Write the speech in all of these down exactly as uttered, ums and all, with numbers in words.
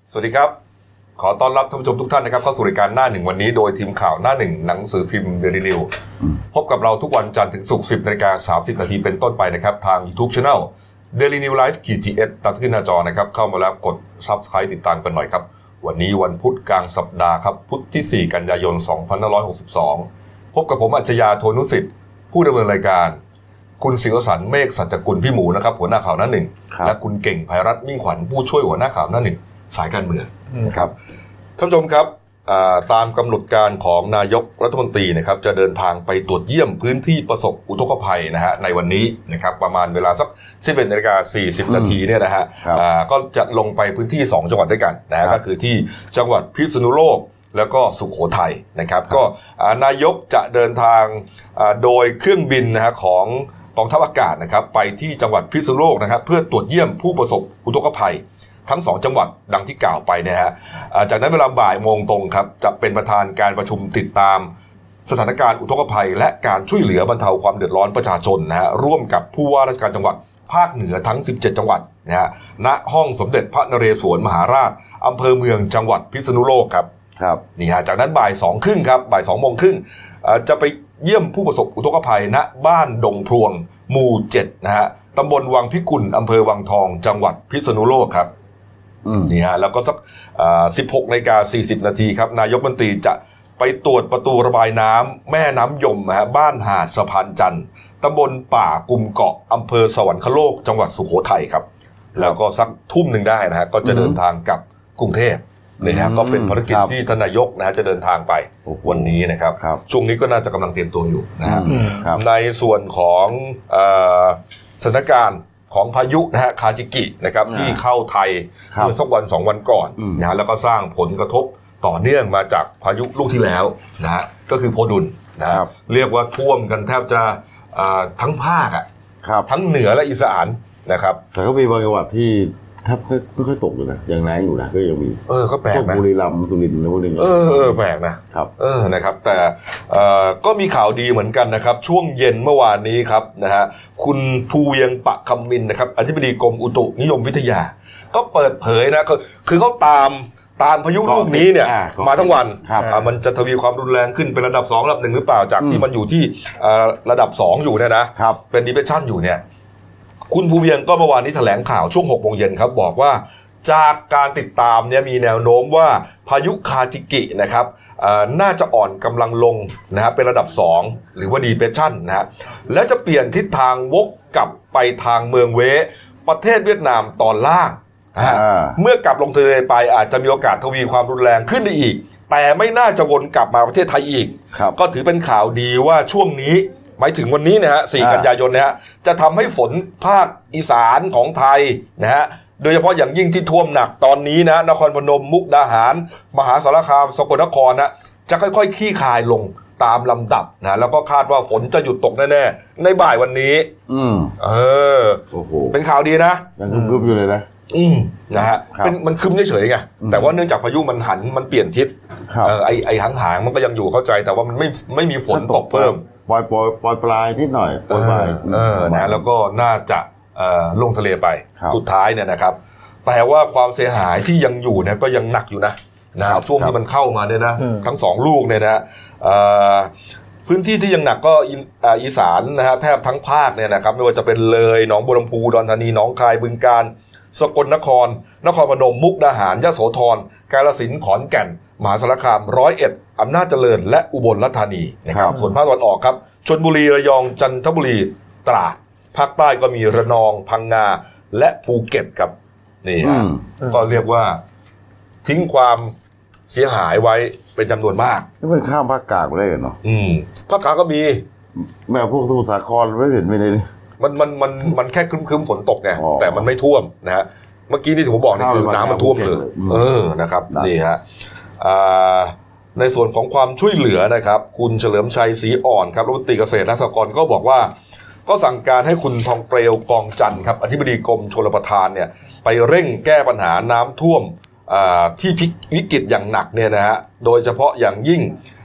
สวัสดีครับขอต้อนรับท่านผู้ชมทุกท่านนะครับเข้าสู่รายการหน้าหนึ่งวันนี้โดยทีมข่าวหน้าหนึ่งหนังสือพิมพ์เดลินิวพบกับเราทุกวันจันทร์ถึงศุกร์ สิบนาฬิกาสามสิบนาทีเป็นต้นไปนะครับทาง YouTube Channel Daily New Life จี เอส ตามขึ้นหน้าจอนะครับเข้ามาแล้วกด Subscribe ติดตามกันหน่อยครับวันนี้วันพุธกลางสัปดาห์ครับพุธที่สี่กันยายนสองพันห้าร้อยหกสิบสองพบกับผมอัจฉริยะ โทนุสิทธิ์ผู้ดำเนินรายการคุณศิวสันต์เมฆสัจจกุลพี่หมูนะครับหัวหน้าข่าวหน้าหนึ่งและคุณเก่งไพรัตน์มิ่งขวัญผู้ช่วยหัวหน้าข่าวหน้าหนึ่งสายการเมืองนะครับท่านผู้ชมครับตามกำหนดการของนายกรัฐมนตรีนะครับจะเดินทางไปตรวจเยี่ยมพื้นที่ประสบอุทกภัยนะฮะในวันนี้นะครับประมาณเวลาสัก สิบเอ็ดนาฬิกาสี่สิบนาทีเนี่ยนะฮะก็จะลงไปพื้นที่สองจังหวัดด้วยกันนะฮะก็คือที่จังหวัดพิษณุโลกแล้วก็สุโขทัยนะครับก็นายกจะเดินทางโดยเครื่องบินนะฮะของกองทัพอากาศนะครับไปที่จังหวัดพิษณุโลกนะครับเพื่อตรวจเยี่ยมผู้ประสบอุทกภัยทั้งสองจังหวัดดังที่กล่าวไปนะฮะจากนั้นเวลาบ่ายโมงตรงครับจะเป็นประธานการประชุมติดตามสถานการณ์อุทกภัยและการช่วยเหลือบรรเทาความเดือดร้อนประชาชนนะฮะร่วมกับผู้ว่าราชการจังหวัดภาคเหนือทั้งสิบเจ็ดจังหวัดนะฮะณห้องสมเด็จพระนเรศวรมหาราชอำเภอเมืองจังหวัดพิษณุโลกครับครับนี่ฮะจากนั้นบ่ายสองครึ่งครับบ่ายสองโมงครึ่งจะไปเยี่ยมผู้ประสบอุทกภัยณบ้านดงพรวงหมู่เจ็ดนะฮะตำบลวังพิกุลอำเภอวังทองจังหวัดพิษณุโลกครับนี่ฮะแล้วก็สัก สิบหกนาฬิกาสี่สิบนาทีครับนายกรัฐมนตรีจะไปตรวจประตูระบายน้ำแม่น้ำยมฮะบ้านหาดสะพานจันทร์ตำบลป่ากุมเกาะอำเภอสวรรคโลกจังหวัดสุโขทัยครับแล้วก็สักทุ่มหนึ่งได้นะฮะก็จะเดินทางกลับกรุงเทพนี่ฮะก็เป็นภารกิจที่ท่านนายกนะฮะจะเดินทางไปวันนี้นะครับช่วงนี้ก็น่าจะกำลังเตรียมตัวอยู่นะฮะในส่วนของสถานการณ์ของพายุนะฮะคาจิกินะครับที่เข้าไทยเมื่อสักวันสองวันก่อนนะฮะแล้วก็สร้างผลกระทบต่อเนื่องมาจากพายุลูกที่แล้วนะฮะก็คือโพดุลนะครับเรียกว่าท่วมกันแทบจะทั้งภาคอ่ะทั้งเหนือและอีสานนะครับแต่ก็มีบางจังหวัดที่แทบไม่ค่อยตกเลยนะยังแรงอยู่นะก็ยังมีเออก็แปลกนะบุรีรัมย์สุรินทร์นะพวกนี้เออเออแปลกนะครับเออนะครับแต่ก็มีข่าวดีเหมือนกันนะครับช่วงเย็นเมื่อวานนี้ครับนะฮะคุณภูเวียงปะคำมินนะครับอธิบดีกรมอุตุนิยมวิทยาก็เปิดเผยนะคือคือเขาตามตามพายุลูกนี้เนี่ยมาทั้งวันมันจะทวีความรุนแรงขึ้นเป็นระดับสองระดับหนึ่งหรือเปล่าจากที่มันอยู่ที่ระดับสองอยู่เนี่ยนะเป็นดิเพรสชั่นอยู่เนี่ยคุณภูเวียงก็เมื่อวานนี้แถลงข่าวช่วงหกโมงเย็นครับบอกว่าจากการติดตามเนี่ยมีแนวโน้มว่าพายุคาจิกินะครับน่าจะอ่อนกำลังลงนะฮะเป็นระดับสองหรือว่าดีเพรสชั่นนะฮะและจะเปลี่ยนทิศทางวกกลับไปทางเมืองเวประเทศเวียดนามตอนล่างเมื่อกลับลงทะเลไปอาจจะมีโอกาสทวีความรุนแรงขึ้นได้อีกแต่ไม่น่าจะวนกลับมาประเทศไทยอีกก็ถือเป็นข่าวดีว่าช่วงนี้หมายถึงวันนี้นะฮะสี่กันยายนนะฮะจะทำให้ฝนภาคอีสานของไทยนะฮะโดยเฉพาะอย่างยิ่งที่ท่วมหนักตอนนี้นะนครพนมมุกดาหารมหาสารคามสกลนครนะจะค่อยๆคลี่คลายลงตามลำดับนะแล้วก็คาดว่าฝนจะหยุดตกแน่ๆในบ่ายวันนี้อืมเออโอ้โหเป็นข่าวดีนะยังคึมๆอยู่เลยนะอืมนะฮะเป็นมันคึมเฉยๆไงแต่ว่าเนื่องจากพายุมันหันมันเปลี่ยนทิศเออไอไอหางๆมันก็ยังอยู่เข้าใจแต่ว่ามันไม่ไม่มีฝนตกเพิ่มปล่อยปล่อยปล่อยปลายนิดหน่อยปล่อยปลายเออนะแล้วก็น่าจะเอ่อลงทะเลไปสุดท้ายเนี่ยนะครับแต่ว่าความเสียหายที่ยังอยู่เนี่ยก็ยังหนักอยู่นะนะช่วงที่มันเข้ามาเนี่ยนะทั้งสองลูกเนี่ยนะเอ่อพื้นที่ที่ยังหนักก็อีสานนะฮะแทบทั้งภาคเนี่ยนะครับไม่ว่าจะเป็นเลยหนองบัวลำพูอุดรธานีหนองคายบึงกาฬสกลนครนครพนมมุกดาหารยโสธรกาฬสินธุ์ขอนแก่นมหาสารคามร้อยเอ็ดอำนาจเจริญและอุบลราชธานีนะครับส่วนภาคตะวันออกครับชลบุรีระยองจันทบุรีตราดภาคใต้ก็มีระนองพังงาและภูเก็ตครับนี่ฮะก็เรียกว่าทิ้งความเสียหายไว้เป็นจำนวนมากนี่มันข้ามภาคกลางไปได้เนาะอืมภาคกลางก็มีแม่พวกสมุทรสาครไม่เห็นไม่ได้มันมันมันมันแค่ครึ้มๆฝนตกไงแต่มันไม่ท่วมนะฮะเมื่อกี้ที่ผมบอกนี่คือน้ำมันท่วมเลยเออนะครับนี่ฮะในส่วนของความช่วยเหลือนะครับคุณเฉลิมชัยศรีอ่อนครับรัฐมนตรีเกษตรและสหกรณ์ก็บอกว่าก็สั่งการให้คุณทองเปลวกองจันทร์ครับอธิบดีกรมชลประทานเนี่ยไปเร่งแก้ปัญหาน้ำท่วมที่วิกฤตอย่างหนักเนี่ยนะฮะโดยเฉพาะอย่างยิ่ง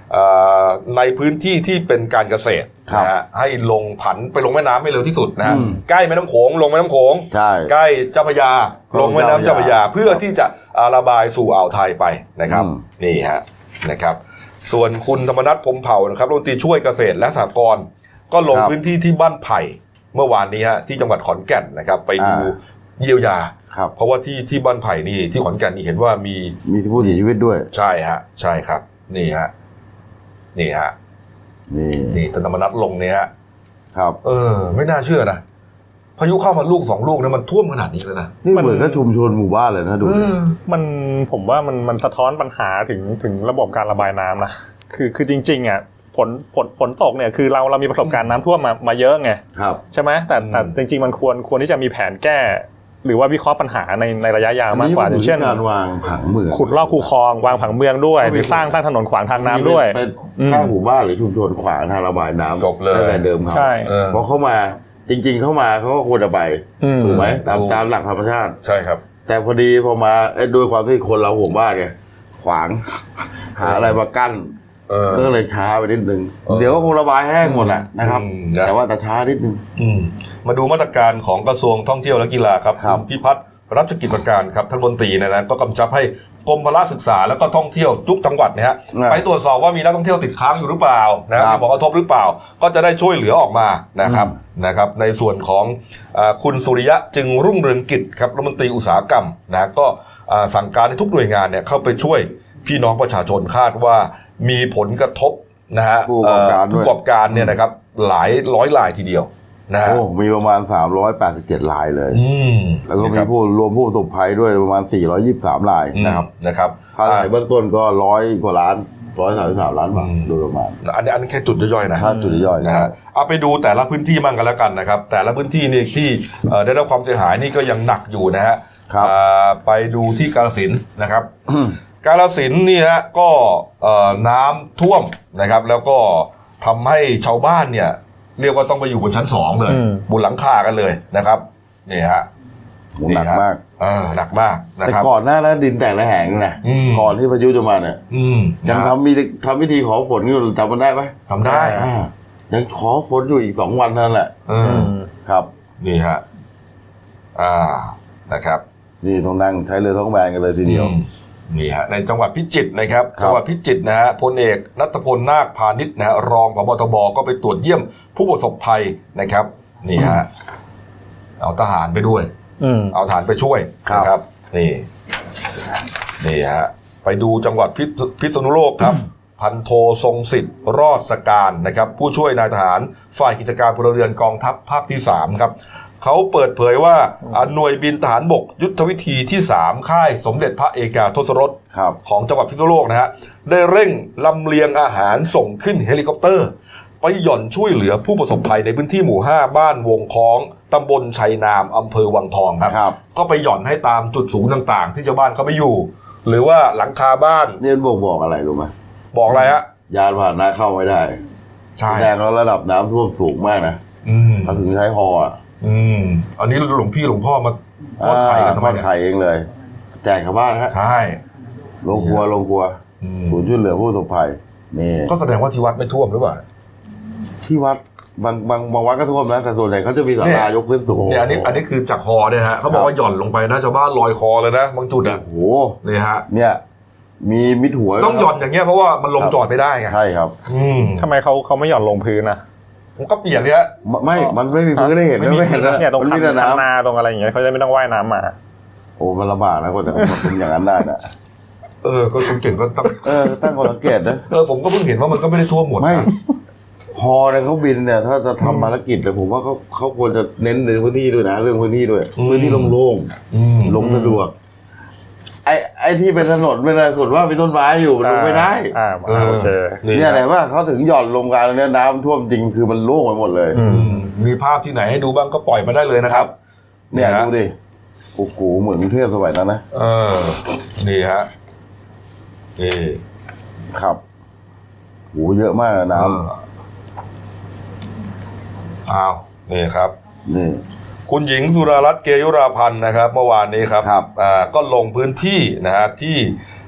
ในพื้นที่ที่เป็นการเกษตรนะฮะให้ลงผันไปลงแม่น้ำให้เร็วที่สุดนะฮะใกล้แม่น้ำโขงลงแม่น้ำโขงใกล้เจ้าพระยาลงแม่น้ำเจ้าพระยาเพื่อที่จะระบายสู่อ่าวไทยไปนะครับนี่ฮะนะครับส่วนคุณธรรมนัส พรหมเผ่านะครับรัฐมนตรีช่วยเกษตรและสหกรณ์ก็ลงพื้นที่ที่บ้านไผ่เมื่อวานนี้ฮะที่จังหวัดขอนแก่นนะครับไปดูเยียวยาเพราะว่าที่ที่บ้านไผ่นี่ที่ขอนแก่นนี่เห็นว่ามีมีผู้เสียชีวิตด้วยใช่ฮะใช่ครับนี่ฮะนี่ฮะนี่นี่ธรรมนัสลงเนี่ยฮะครับเออไม่น่าเชื่อนะพายุเข้ามาลูกสองลูกนะมันท่วมขนาดนี้เลยนะนี่เหมือนกับชุมชนหมู่บ้านเลยนะดูมันผมว่ามันมันสะท้อนปัญหาถึงถึงระบบการระบายน้ำนะคือคือจริงๆอ่ะฝนฝนฝนตกเนี่ยคือเราเรามีประสบการณ์น้ำท่วมมามาเยอะไงใช่ไหมแต่แต่จริงๆมันควรควรที่จะมีแผนแก้หรือว่าวิเคราะห์ปัญหาในในระยะยาวมากกว่าอย่างเช่นการวางผังเมืองขุดลอกคูคลองวางผังเมืองด้วยหรือสร้างสร้างถนนขวางทางน้ำด้วยข้างหมู่บ้านหรือชุมชนขวางทางระบายน้ำจบเลยตั้งแต่เดิมครับเพราะเขามาจริงๆเข้ามาเขาก็ควรจะไปถูกไหมตามตามหลักธรรมชาติใช่ครับแต่พอดีพอมาด้วยความที่คนเราห่วงบ้านไงขวางหาอะไรมากั้นก็เลยช้าไปนิดนึงเดี๋ยวก็คงระบายแห้งหมดแหละนะครับแต่ว่าแต่ช้านิดนึงมาดูมาตรการของกระทรวงท่องเที่ยวและกีฬาครับคุณพิพัฒน์รัชกิจประการครับท่านรัฐมนตรีนะนะก็กำชับให้กรมพละศึกษาแล้วก็ท่องเที่ยวทุกจังหวัดเนี่ยฮะไปตรวจสอบว่ามีนักท่องเที่ยวติดค้างอยู่หรือเปล่านะมีผลกระทบหรือเปล่าก็จะได้ช่วยเหลือออกมานะครับนะครับในส่วนของคุณสุริยะจึงรุ่งเรืองกิจครับรัฐมนตรีอุตสาหกรรมนะก็สั่งการให้ทุกหน่วยงานเนี่ยเข้าไปช่วยพี่น้องประชาชนคาดว่ามีผลกระทบนะฮะผู้ประกอบการเนี่ยนะครับหลายร้อยรายทีเดียวนะโอ้มีประมาณสามร้อยแปดสิบเจ็ดรายเลยแล้วก็มีผู้รวมผู้ประสบภัยด้วยประมาณสี่ร้อยยี่สิบสามรายนะครับนะครับค่าใช้จ่ายเบื้องต้นก็ร้อยกว่าล้านหนึ่งร้อยสามสิบสามล้านบาทโดยประมาณอันนี้อันนี้แค่จุดย่อยๆนะจุดย่อยนะฮะเอาไปดูแต่ละพื้นที่มั่งกันแล้วกันนะครับแต่ละพื้นที่นี่ที่ได้รับความเสียหายนี่ก็ยังหนักอยู่นะฮะไปดูที่กาฬสินธุ์นะครับกาฬสินธุ์นี่ฮะก็น้ำท่วมนะครับแล้วก็ทำให้ชาวบ้านเนี่ยเรียกว่าต้องไปอยู่บนชั้นสองเลยบนหลังคากันเลยนะครับนี่ฮะหนักมากอ่าหนักมากนะครับแต่ก่อนหน้านั้นดินแตกระแหงนะก่อนที่พายุจะมาเนี่ยยังทำมีทำพิธีขอฝนอยู่จำมันได้ไหมทำได้ยังขอฝนอยู่อีกสองวันเท่านั้นแหละครับนี่ฮะอ่านะครับนี่ต้องนั่งใช้เรือท้องแบนกันเลยทีเดียวนี่ฮะในจังหวัดพิจิตรนะครับจังหวัดพิจิตรนะฮะพลเอกณัฐพลนาคพานิชนะฮะรองผบ.ทบ.ก็ไปตรวจเยี่ยมผู้ประสบภัยนะครับนี่ฮะเอาทหารไปด้วยเอาทหารไปช่วยนะครับนี่นี่ฮะไปดูจังหวัดพิษณุโลกครับพันโททรงสิทธิ์รอดสการนะครับผู้ช่วยนายทหารฝ่ายกิจการพลเรือนกองทัพภาคที่สามครับเขาเปิดเผยว่าหน่วยบินทหารบกยุทธวิธีที่สามค่ายสมเด็จพระเอกาทศรสของจังหวัดพิษณุโลกนะฮะได้เร่งลำเลียงอาหารส่งขึ้นเฮลิคอปเตอร์ไปหย่อนช่วยเหลือผู้ประสบภัยในพื้นที่หมู่ห้าบ้านวงคล้องตำบลชัยนามอำเภอวังทองครับก็ไปหย่อนให้ตามจุดสูงต่างๆที่ชาวบ้านเขาไม่อยู่หรือว่าหลังคาบ้านเนี่ยบอกบอกอะไรรู้ไหมบอกอะไรฮะยานพาหนะเข้าไม่ได้ใช่แต่ระดับน้ำท่วมสูงมากนะเขาถึงใช้ฮออ่ะอืมอันนี้หลวงพี่หลวงพ่อมาทอดไข่กันทำไมทอดไข่เองเลยแจกชาวบ้านฮะใช่ลงครัวลงครัวศูนย์ช่วยเหลือผู้ประสบภัยนี่ก็แสดงว่าที่วัดไม่ท่วมหรือเปล่าที่วัดบางบางบางวัดก็ท่วมนะแต่ส่วนใหญ่เขาจะมีศาลายกพื้นสูงเนี่ยอันนี้อันนี้คือจากฮอเนี่ยฮะเขาบอกว่าหย่อนลงไปนะชาวบ้านลอยคอเลยนะบางจุดอ่ะโอ้โหนี่ฮะเนี่ยมีมิดหัวต้องหย่อนอย่างเงี้ยเพราะว่ามันลงจอดไม่ได้ไงใช่ครับอืมทำไมเขาเขาไม่หย่อนลงพื้นนะมันก็เปียกเนี่ยไม่มันไม่มีพื้นได้เห็นไม่เห็นเนี่ยตรงคันนาตรงอะไรอย่างเงี้ยเขาจะไม่ต้องว่ายน้ำมาโอ้มันลำบากนะกว่าจะเป็นอย่างนั้นได้นะเออก็คุณเก่งก็ตั้งเออตั้งข้อสังเกตนะเออผมก็เพิ่งเห็นว่ามันก็ไม่ได้ท่วมหมดไม่ฮอเนี่ยเขาบินเนี่ยถ้าจะทำภารกิจเลยผมว่าเขาเขาควรจะเน้นในพื้นที่ด้วยนะเรื่องพื้นที่ด้วยพื้นที่โล่งๆลงสะดวกไอ้ไอ้ที่เป็นถนนเป็นอะไรสุดว่ามีต้นไม้อยู่มันลงไม่ได้อ่าโอเคเนี่ยแต่ว่าเขาถึงหย่อนลงการเนี่ยน้ำท่วมจริงคือมันโล่งไปหมดเลยมีภาพที่ไหนให้ดูบ้างก็ปล่อยมาได้เลยนะครับเนี่ยดูดิโอ้โหเหมือนกรุงเทพสมัยนั้นนะเออนี่ฮะนี่ครับโหเยอะมากน้ำอ้าวนี่ครับนี่คุณหญิงสุดารัตน์เกยุราพันธ์นะครับเมื่อวานนี้ครับอ่าก็ลงพื้นที่นะฮะที่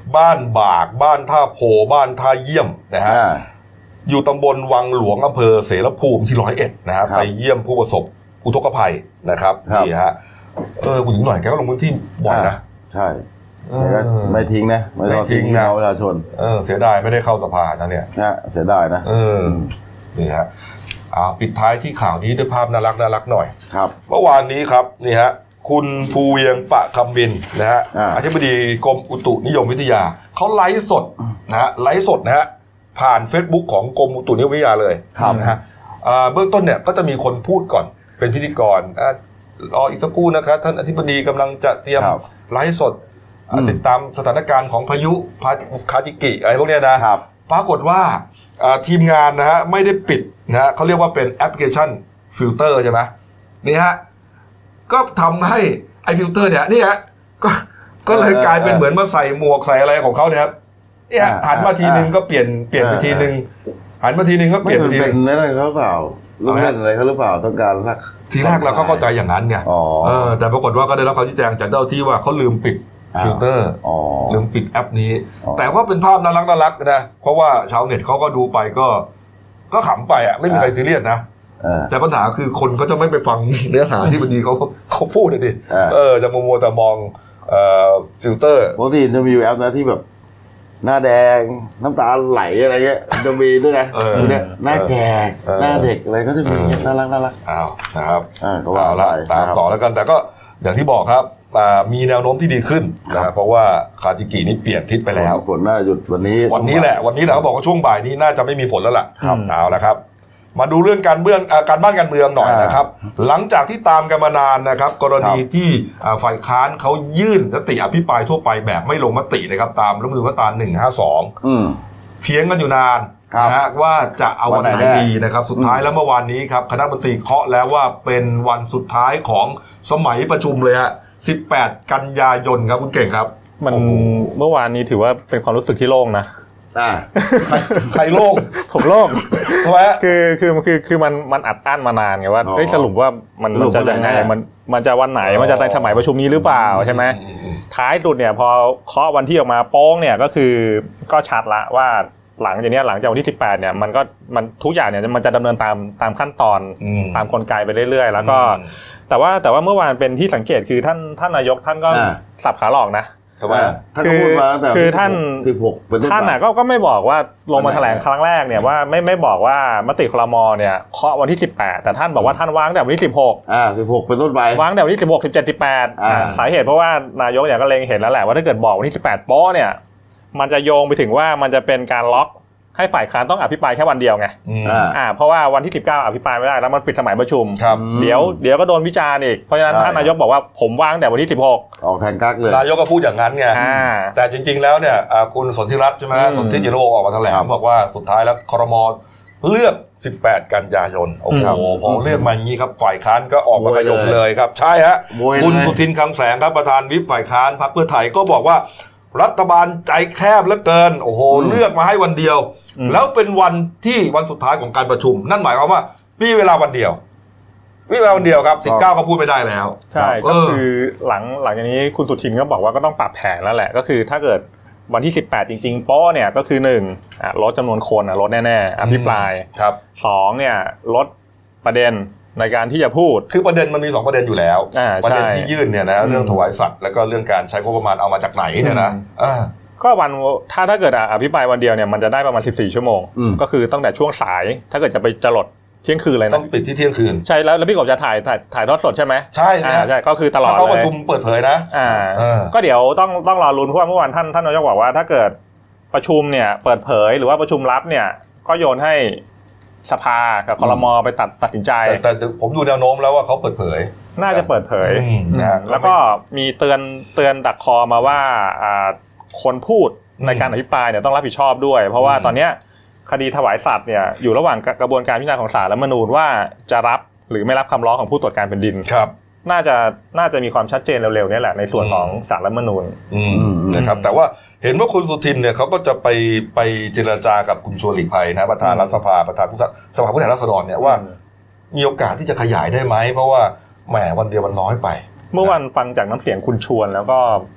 บ้านบากบ้านท่าโพบ้านท่าเยี่ยมนะฮะอยู่ตำบลวังหลวงอำเภอเสรภูมิที่ร้อยเอ็ดนะฮะไปเยี่ยมผู้ประสบอุทกภัยนะครับนี่ฮะเออคุณหญิงหน่อยแกก็ลงพื้นที่บ่อยนะใช่ไม่ทิ้งนะไม่ทิ้งนะประชาชนเออเสียดายไม่ได้เข้าสภานะเนี่ยนะเสียดายนะเออนี่ฮะอ่าปิดท้ายที่ข่าวนี้ด้วยภาพน่ารักน่ารักหน่อยครับเมื่อวานนี้ครับนี่ฮะคุณภูเวียงปะคำบินนะฮะอธิบดีกรมอุตุนิยมวิทยาเขาไลฟ์สดนะฮะไลฟ์สดนะฮะผ่าน Facebook ของกรมอุตุนิยมวิทยาเลยนะฮะเบื้องต้นเนี่ยก็จะมีคนพูดก่อนเป็นพิธีกรรออีกสักครู่นะครับท่านอธิบดีกำลังจะเตรียมไลฟ์สดติดตามสถานการณ์ของพายุคาจิกิอะไรพวกนี้นะปรากฏว่าทีมงานนะฮะไม่ได้ปิดนะฮะเขาเรียกว่าเป็นแอปพลิเคชันฟิลเตอร์ใช่ไหมนี่ฮะก็ทำให้ไอฟิลเตอร์เนี่ยนี่ฮะก็ก็เลยกลายเป็นเหมือนมาใส่หมวกใส่อะไรของเขาเนี่ยครับเนี่ยหันมาทีนึงก็เปลี่ยนเปลี่ยนไปทีนึงหันมาทีนึงก็เปลี่ยนไปทีนึงเป็นอะไรเขาเปล่ารู้เล่นอะไรเขาหรือเปล่าต้องการสักทีแรกเราก็เข้าใจอย่างนั้นไงแต่ปรากฏว่าก็ได้รับคำชี้แจงจากเจ้าที่ว่าเขาลืมปิดฟิลเตอร์ลืมปิดแอปนี้แต่ว่าเป็นภาพน่ารักน่ารักนะเพราะว่าชาวเน็ตเขาก็ดูไปก็ก็ขำไปอ่ะไม่มีใครซีเรียสนะแต่ปัญหาคือคนก็จะไม่ไปฟังเนื้อหาที่บดีเขาเขาพูดเลยดิเออจะมัวมัวแต่มองฟิลเตอร์ปกติจะมีแอปนะที่แบบหน้าแดงน้ำตาไหลอะไรเงี้ยจะมีด้วยนะเนี่ยหน้าแก่หน้าเด็กอะไรก็จะมีน่ารักน่ารักอ้าวนะครับอ่าก็ว่าละตามต่อแล้วกันแต่ก็อย่างที่บอกครับมีแนวโน้มที่ดีขึ้นนะเพราะว่าคาจิกินี่เปลี่ยนทิศไปแล้วฝนน่าหยุดวันนี้วันนี้แหละวันนี้แหละเขาบอกว่าช่วงบ่ายนี้น่าจะไม่มีฝนแล้วล่ะเอาละครับมาดูเรื่องการเมืองการบ้านการเมืองหน่อยนะครับหลังจากที่ตามกันมานานนะครับกรณีที่ฝ่ายค้านเขายื่นมติอภิปรายทั่วไปแบบไม่ลงมตินะครับตามรัฐธรรมนูญมาตราหนึ่งห้าสองเถียงกันอยู่นานนะว่าจะเอาวันไหนดีนะครับสุดท้ายแล้วเมื่อวานนี้ครับคณะมนตรีเคาะแล้วว่าเป็นวันสุดท้ายของสมัยประชุมเลยฮะสิบแปดกันยายนครับคุณเก่งครับมันเมื่อวานนี้ถือว่าเป็นความรู้สึกที่โล่งนะอ่าใครโล่งผมโล่งทำไมคือคือคือคือมันมันอัดอั้นมานานไงว่าเฮ้ยสรุปว่ามันมันจะยังไงมันมันจะวันไหนมันจะในสมัยประชุมนี้หรือเปล่าใช่ไหมท้ายสุดเนี่ยพอเคาะวันที่ออกมาโป้งเนี่ยก็คือก็ชัดละว่าหลังจากนี้หลังจากวันที่สิบแปดเนี่ยมันก็มันทุกอย่างเนี่ยมันจะดำเนินตามตามขั้นตอนตามกลไกไปเรื่อยๆแล้วก็แต่ว่าแต่ว่าเมื่อวานเป็นที่สังเกตคือท่านท่านนายกท่านก็สับขาหลอกนะคือคือท่านท่านน่ะก็ก็ไม่บอกว่าลงมาแถลงครั้งแรกเนี่ยว่าไม่ไม่บอกว่ามติครม.เนี่ยเคาะวันที่สิบแปดแต่ท่านบอกว่าท่านวางแต่วันที่สิบหกอ่าสิบหกเป็นต้นไปวางแต่วันที่สิบหก สิบเจ็ด สิบแปดอ่าสาเหตุเพราะว่านายกเนี่ยก็เล็งเห็นแล้วแหละว่าถ้าเกิดบอกวันที่สิบแปดโป๊ะเนี่ยมันจะโยงไปถึงว่ามันจะเป็นการล็อกให้ฝ่ายค้านต้องอภิปรายแค่วันเดียวไงอ่าเพราะว่าวันที่สิบเก้าอภิปรายไม่ได้แล้วมันปิดสมัยประชุมเดี๋ยวเดี๋ยวก็โดนวิจารณ์อีกเพราะฉะนั้นท่านนายกบอกว่าผมวางแต่วันที่สิบหกออกแทนกักเลยนายกก็พูดอย่างนั้นไงแต่จริงๆแล้วเนี่ยคุณสนธิรัตน์ใช่ไหมสนธิจิรวงศ์ออกมาแถลงบอกว่าสุดท้ายแล้วครม.เลือกสิบแปดกันยายนโอ้โหพอเลือกมาอย่างนี้ครับฝ่ายค้านก็ออกมาขยมเลยครับใช่ฮะคุณสุทินคลังแสงครับประธานวิปฝ่ายค้านพรรคเพื่อไทยก็บอกว่ารัฐบาลใจแคบเหลือเกินโอ้โหเลือกมาให้วันเดียวแล้วเป็นวันที่วันสุดท้ายของการประชุมนั่นหมายความว่ามีเวลาวันเดียวมีเวลาวันเดียวครับสิบเก้าก็พูดไม่ได้แล้วใช่ก็คือหลังหลังจากนี้คุณสุทินก็บอกว่าก็ต้องปรับแผนแล้วแหละก็คือถ้าเกิดวันที่สิบแปดจริงๆโป๊ะเนี่ยก็คือหนึ่งอ่ะลดจำนวนคนอ่ะลดแน่ๆอภิปรายครับสองเนี่ยลดประเด็นในการที่จะพูดคือประเด็นมันมีสองประเด็นอยู่แล้วประเด็นที่ยื่นเนี่ยนะเรื่องถวายสัตว์แล้วก็เรื่องการใช้งบประมาณเอามาจากไหนเนี่ยนะก็วันถ้าถ้าเกิดอภิปรายวันเดียวเนี่ยมันจะได้ประมาณสิบสี่ชั่วโมงก็คือตั้งแต่ช่วงสายถ้าเกิดจะไปจรดเที่ยงคืนเลยนะต้องปิดที่เที่ยงคืนใช่แล้วแล้วพี่กบจะถ่ายถ่ายถ่ายทอดสดใช่ไหมใช่ใช่ก็คือตลอดเลยเขาประชุมเปิดเผยนะอ่าก็เดี๋ยวต้องต้องรอลุ้นเพราะว่าเมื่อวานท่านท่านนายกบอกว่าถ้าเกิดประชุมเนี่ยเปิดเผยหรือว่าประชุมลับเนี่ยก็โยนให้สภากับครม.ไปตัดตัดสินใจแต่ผมดูแนวโน้มแล้วว่าเขาเปิดเผยน่าจะเปิดเผยแล้วก็มีเตือนเตือนดักคอมาว่าคนพูดในการอภิปรายเนี่ยต้องรับผิดชอบด้วยเพราะว่าตอนนี้คดีถวายสัตว์เนี่ยอยู่ระหว่างกระบวนการพิจารณาของศาลรัฐธรรมนูญว่าจะรับหรือไม่รับคำร้องของผู้ตรวจการแผ่นดินครับน่าจะน่าจะมีความชัดเจนเร็วๆนี่แหละในส่วนของศาลรัฐธรรมนูญนะครับแต่ว่าเห็นว่าคุณสุทินเนี่ยเขาก็จะไปไปเจรจากับคุณชวนหลีกภัยนะประธานรัฐสภาประธานผู้สภาผู้แทนราษฎรเนี่ยว่ามีโอกาสที่จะขยายได้ไหมเพราะว่าแหมวันเดียวมันน้อยไปเมื่อวันฟังจากน้ำเสียงคุณชวนแล้วก็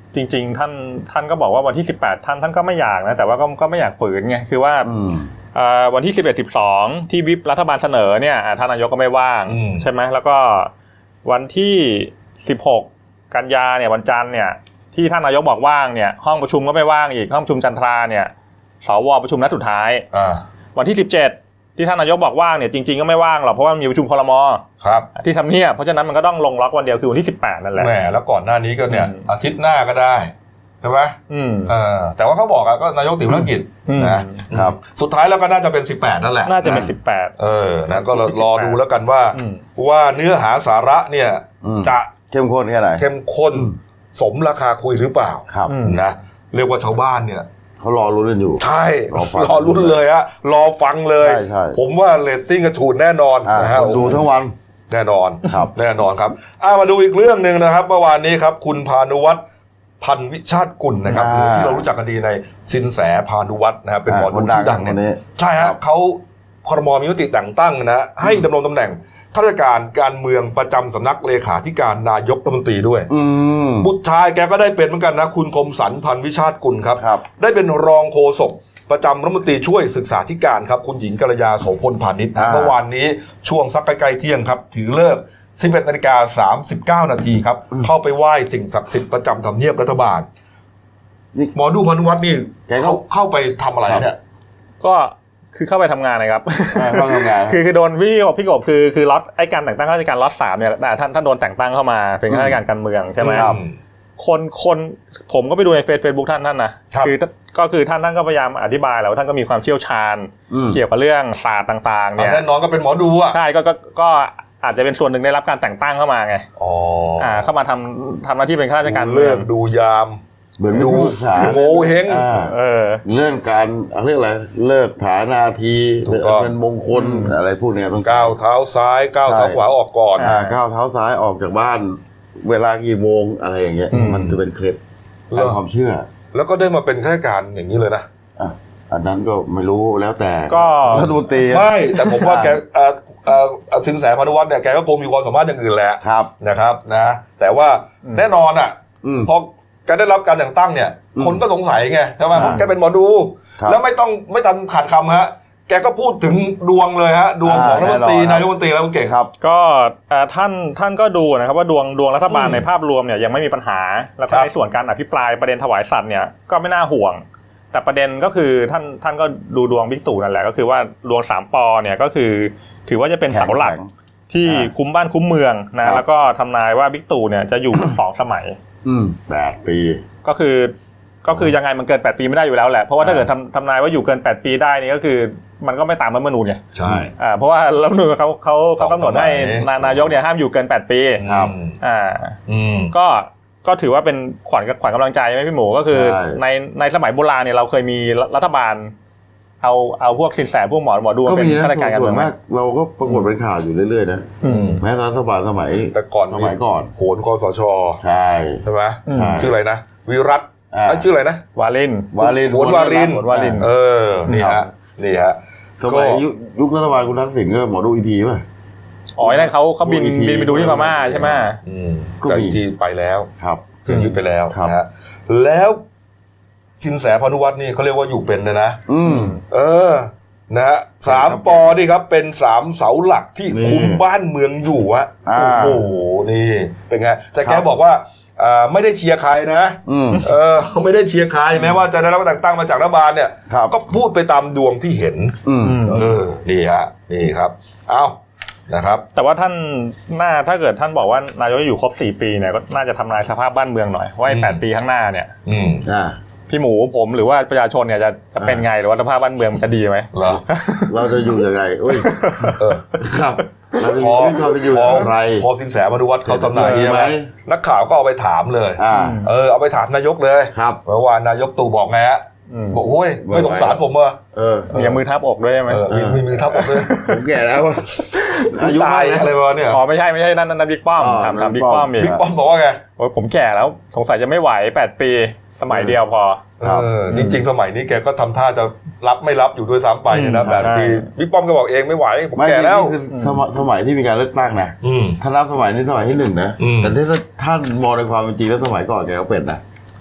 จริงๆท่านท่านก็บอกว่าวันที่สิบแปดท่านท่านก็ไม่อยากนะแต่ว่าก็ก็ไม่อยากฝืนไงคือว่าวันที่สิบเอ็ด สิบสองที่วิปรัฐบาลเสนอเนี่ยท่านนายกก็ไม่ว่างใช่ไหมแล้วก็วันที่สิบหกกันยาเนี่ยวันจันทร์เนี่ยที่ท่านนายกบอกว่างเนี่ยห้องประชุมก็ไม่ว่างอีกห้องประชุมจันทราเนี่ยสวประชุมนัดสุดท้ายวันที่สิบเจ็ดที่ท่านนายกบอกว่างเนี่ยจริงๆก็ไม่ว่างหรอกเพราะว่ามีประชุมครม. ครับที่ทำเนียบเพราะฉะนั้นมันก็ต้องลงล็อกวันเดียวคือวันที่สิบแปดนั่นแหละแหมแล้วก่อนหน้านี้ก็เนี่ยอาทิตย์หน้าก็ได้ใช่ไหมอืมเออแต่ว่าเขาบอกอะก็นายกติดภารกิจนะครับสุดท้ายแล้วก็น่าจะเป็นสิบแปดนั่นแหละน่าจะเป็นสิบแปดเออนะก็รอดูแล้วกันว่าว่าเนื้อหาสาระเนี่ยจะเข้มข้นแค่ไหนเข้มข้นสมราคาคุยหรือเปล่านะเรียกว่าชาวบ้านเนี่ยเขารอรุ้นกันอยู่ใช่รอรุ้นเลยฮะรอฟังเลยผมว่าเรตติ้งกระฉูดแน่นอนนะฮะดูทั้งวันแน่นอนครับแน่นอนครับอ่ะมาดูอีกเรื่องนึงนะครับเมื่อวานนี้ครับคุณพานุวัฒน์พันวิชาติกุลนะครับที่เรารู้จักกันดีในสินแสพานุวัฒน์นะครับเป็นหมอดูที่ดังเนี่ยใช่ฮะเขาครม.มีมติแต่งตั้งนะให้ดำรงตำแหน่งข้าราชการการเมืองประจำสำนักเลขาธิการนายกรัฐมนตรีด้วยบุตรชายแกก็ได้เป็นเหมือนกันนะคุณคมสันพันวิชาติกุลครับได้เป็นรองโฆษกประจำรัฐมนตรีช่วยศึกษาธิการครับคุณหญิงกัลยาโสพลพานิชเมื่อวานนี้ช่วงสักใกล้ๆเที่ยงครับถือเลิกสิบเอ็ดนาฬิกาสามสิบเก้านาทีครับเข้าไปไหว้สิ่งศักดิ์สิทธิ์ประจำทำเนียบรัฐบาลหมอดูพานุวัฒน์นี่เขาเข้าไปทำอะไรเนี่ยก็คือเข้าไปทำงานนะครับเข้าทำงานคือคือโดนพี่กบพี่กบคือคือล็อตไอ้การแต่งตั้งข้าราชการล็อตสามเนี่ยท่านท่านโดนแต่งตั้งเข้ามาเป็นข้าราชการการเมืองใช่ไหมครับคนคนผมก็ไปดูในเฟซเฟซบุ๊กท่านท่านนะคือก็คือท่านท่านก็พยายามอธิบายแล้วท่านก็มีความเชี่ยวชาญเกี่ยวกับเรื่องศาสตร์ต่างๆเนี่ยแน่นอนก็เป็นหมอดูอ่ะใช่ก็ก็ก็อาจจะเป็นส่วนหนึ่งได้รับการแต่งตั้งเข้ามาไงอ๋ออ่าเข้ามาทำทำหน้าที่เป็นข้าราชการเลิกดูยามเหมือนดูโง่เฮงเออเรื่องการเรื่องอะไรเลิกผานาทีเป็นมงคลอะไรพวกนี้ต้องก้าวเท้าซ้ายก้าวเท้าขวาออกก่อนก้าวเท้าซ้ายออกจากบ้านเวลากี่โมงอะไรอย่างเงี้ยมันจะเป็นเคล็ดตามความเชื่อแล้วก็ได้มาเป็นข้าราชการอย่างนี้เลยนะอ่ะอันนั้นก็ไม่รู้แล้วแต่ก็รัฐมนตรีไม่แต่ผมว่าแกสินแสพานุวัฒน์เนี่ยแกก็คงมีความสามารถอย่างอื่นแหละนะครับนะแต่ว่าแน่นอนอ่ะพอแกได้รับการแต่งตั้งเนี่ยคนก็สงสัยไงใช่ไหมแกเป็นหมอดูแล้วไม่ต้องไม่ทันขาดคำฮะแกก็พูดถึงดวงเลยฮะดวงของรัฐมนตรีนายกรัฐมนตรีแล้วเก่งครับก็ท่านท่านก็ดูนะครับว่าดวงดวงรัฐบาลในภาพรวมเนี่ยยังไม่มีปัญหาแล้วก็ในส่วนการอภิปรายประเด็นถวายสัตย์เนี่ยก็ไม่น่าห่วงแต่ประเด็นก็คือท่านท่านก็ดูดวงบิ๊กตู่นั่นแหละก็คือว่าดวงสามปอเนี่ยก็คือถือว่าจะเป็นเสาหลักที่คุ้มบ้านคุ้มเมืองนะแล้วก็ทำนายว่าบิ๊กตู่เนี่ยจะอยู่สองสมัยอืมแปดปีก็คือก็คือยังไงมันเกินแปดปีไม่ได้อยู่แล้วแหละเพราะว่าถ้าเกิดทำทำนายว่าอยู่เกินแปดปีได้นี่ก็คือมันก็ไม่ตามรัฐธรรมนูญไงใช่อ่าเพราะว่ารัฐธรรมนูญเขาเขาเขากำหนดให้นายกเนี่ยห้ามอยู่เกินแปดปีครับอ่าอืมก็ก็ถือว่าเป็นขวัญขวัญกำลังใจไหมพี่หมูก็คือในในสมัยโบราณเนี่ยเราเคยมีรัฐบาลเอาเอาพวกสินแสพวกหมอหมอดูเป็นข้าราชการการเมืองมากเราก็ปรากฏเป็นข่าวอยู่เรื่อยๆนะแม้รัฐบาลสมัยแต่ก่อนสมัยก่อนโหนคสช. ใช่ใช่ไหมชื่ออะไรนะวิรัตชื่ออะไรนะวาลินวาลินโหนวาลินวาลินเออนี่ฮะนี่ฮะสมัยยุครัฐบาลคุณทักษิณก็หมอดูอีทีป่ะอ๋อนั่นเขาเขาบินบินไปดูที่พม่าใช่ไหมแต่อีทีไปแล้วครับเสียชีวิตไปแล้วนะฮะแล้วสินแสพานุวัฒน์นี่เขาเรียกว่าอยู่เป็นเลยนะอืมเออนะฮะสามปอนี่ครับเป็นสามเสาหลักที่คุมบ้านเมืองอยู่ฮะโอ้โหนี่เป็นไงแต่แกบอกว่าไม่ได้เชียร์ใครนะเออไม่ได้เชียร์ใครแม้ว่าจะได้รับแต่งตั้งมาจากรัฐบาลเนี่ยก็พูดไปตามดวงที่เห็นเออนี่ฮะนี่ครับเอานะครับแต่ว่าท่านน่าถ้าเกิดท่านบอกว่านายกอยู่ครบสี่ปีเนี่ยก็น่าจะทำลายสภาพบ้านเมืองหน่อยว่าแปดปีข้างหน้าเนี่ยอืมอ่าพี่หมูผมหรือว่าประชาชนเนี่ยจะจะเป็นไงหรือว่าสภาพบ้านเมืองจะดีไหมเหรอเราจะอยู่ยังไงอุ้ยเออครับเราจะอยู่อะไรพอสินแสพานุวัฒน์เขาทำนายไหมนักข่าวก็เอาไปถามเลยเออเอาไปถามนายกเลยครับเมื่อวานนายกตู่บอกไงฮะบอกโอ้ยไม่สงสารผมอ่ะเอออย่ามือทับอกด้วยใช่ไหมมีมือทับอกด้วยผมแก่แล้วอายุตายอะไรวะเนี่ยอ๋อไม่ใช่ไม่ใช่นั่นนั่นบิ๊กป้อมถามถามบิ๊กป้อมอีกบิ๊กป้อมบอกว่าไงโอ้ยผมแก่แล้วสงสัยจะไม่ไหวแปดปีสมัยเดียวพอเออจริงๆสมัยนี้แกก็ทำท่าจะรับไม่รับอยู่ด้วยซ้ำไปนะแบบที่บิ๊กป้อมก็บอกเองไม่ไหวผมแก่แล้วสมัยที่มีการเลือกตั้งนะถ้านับสมัยนี้สมัยที่หนึ่งนะแต่ถ้าท่านมองในความเป็นจริงแล้วสมัยก่อนแกก็เป็นนะ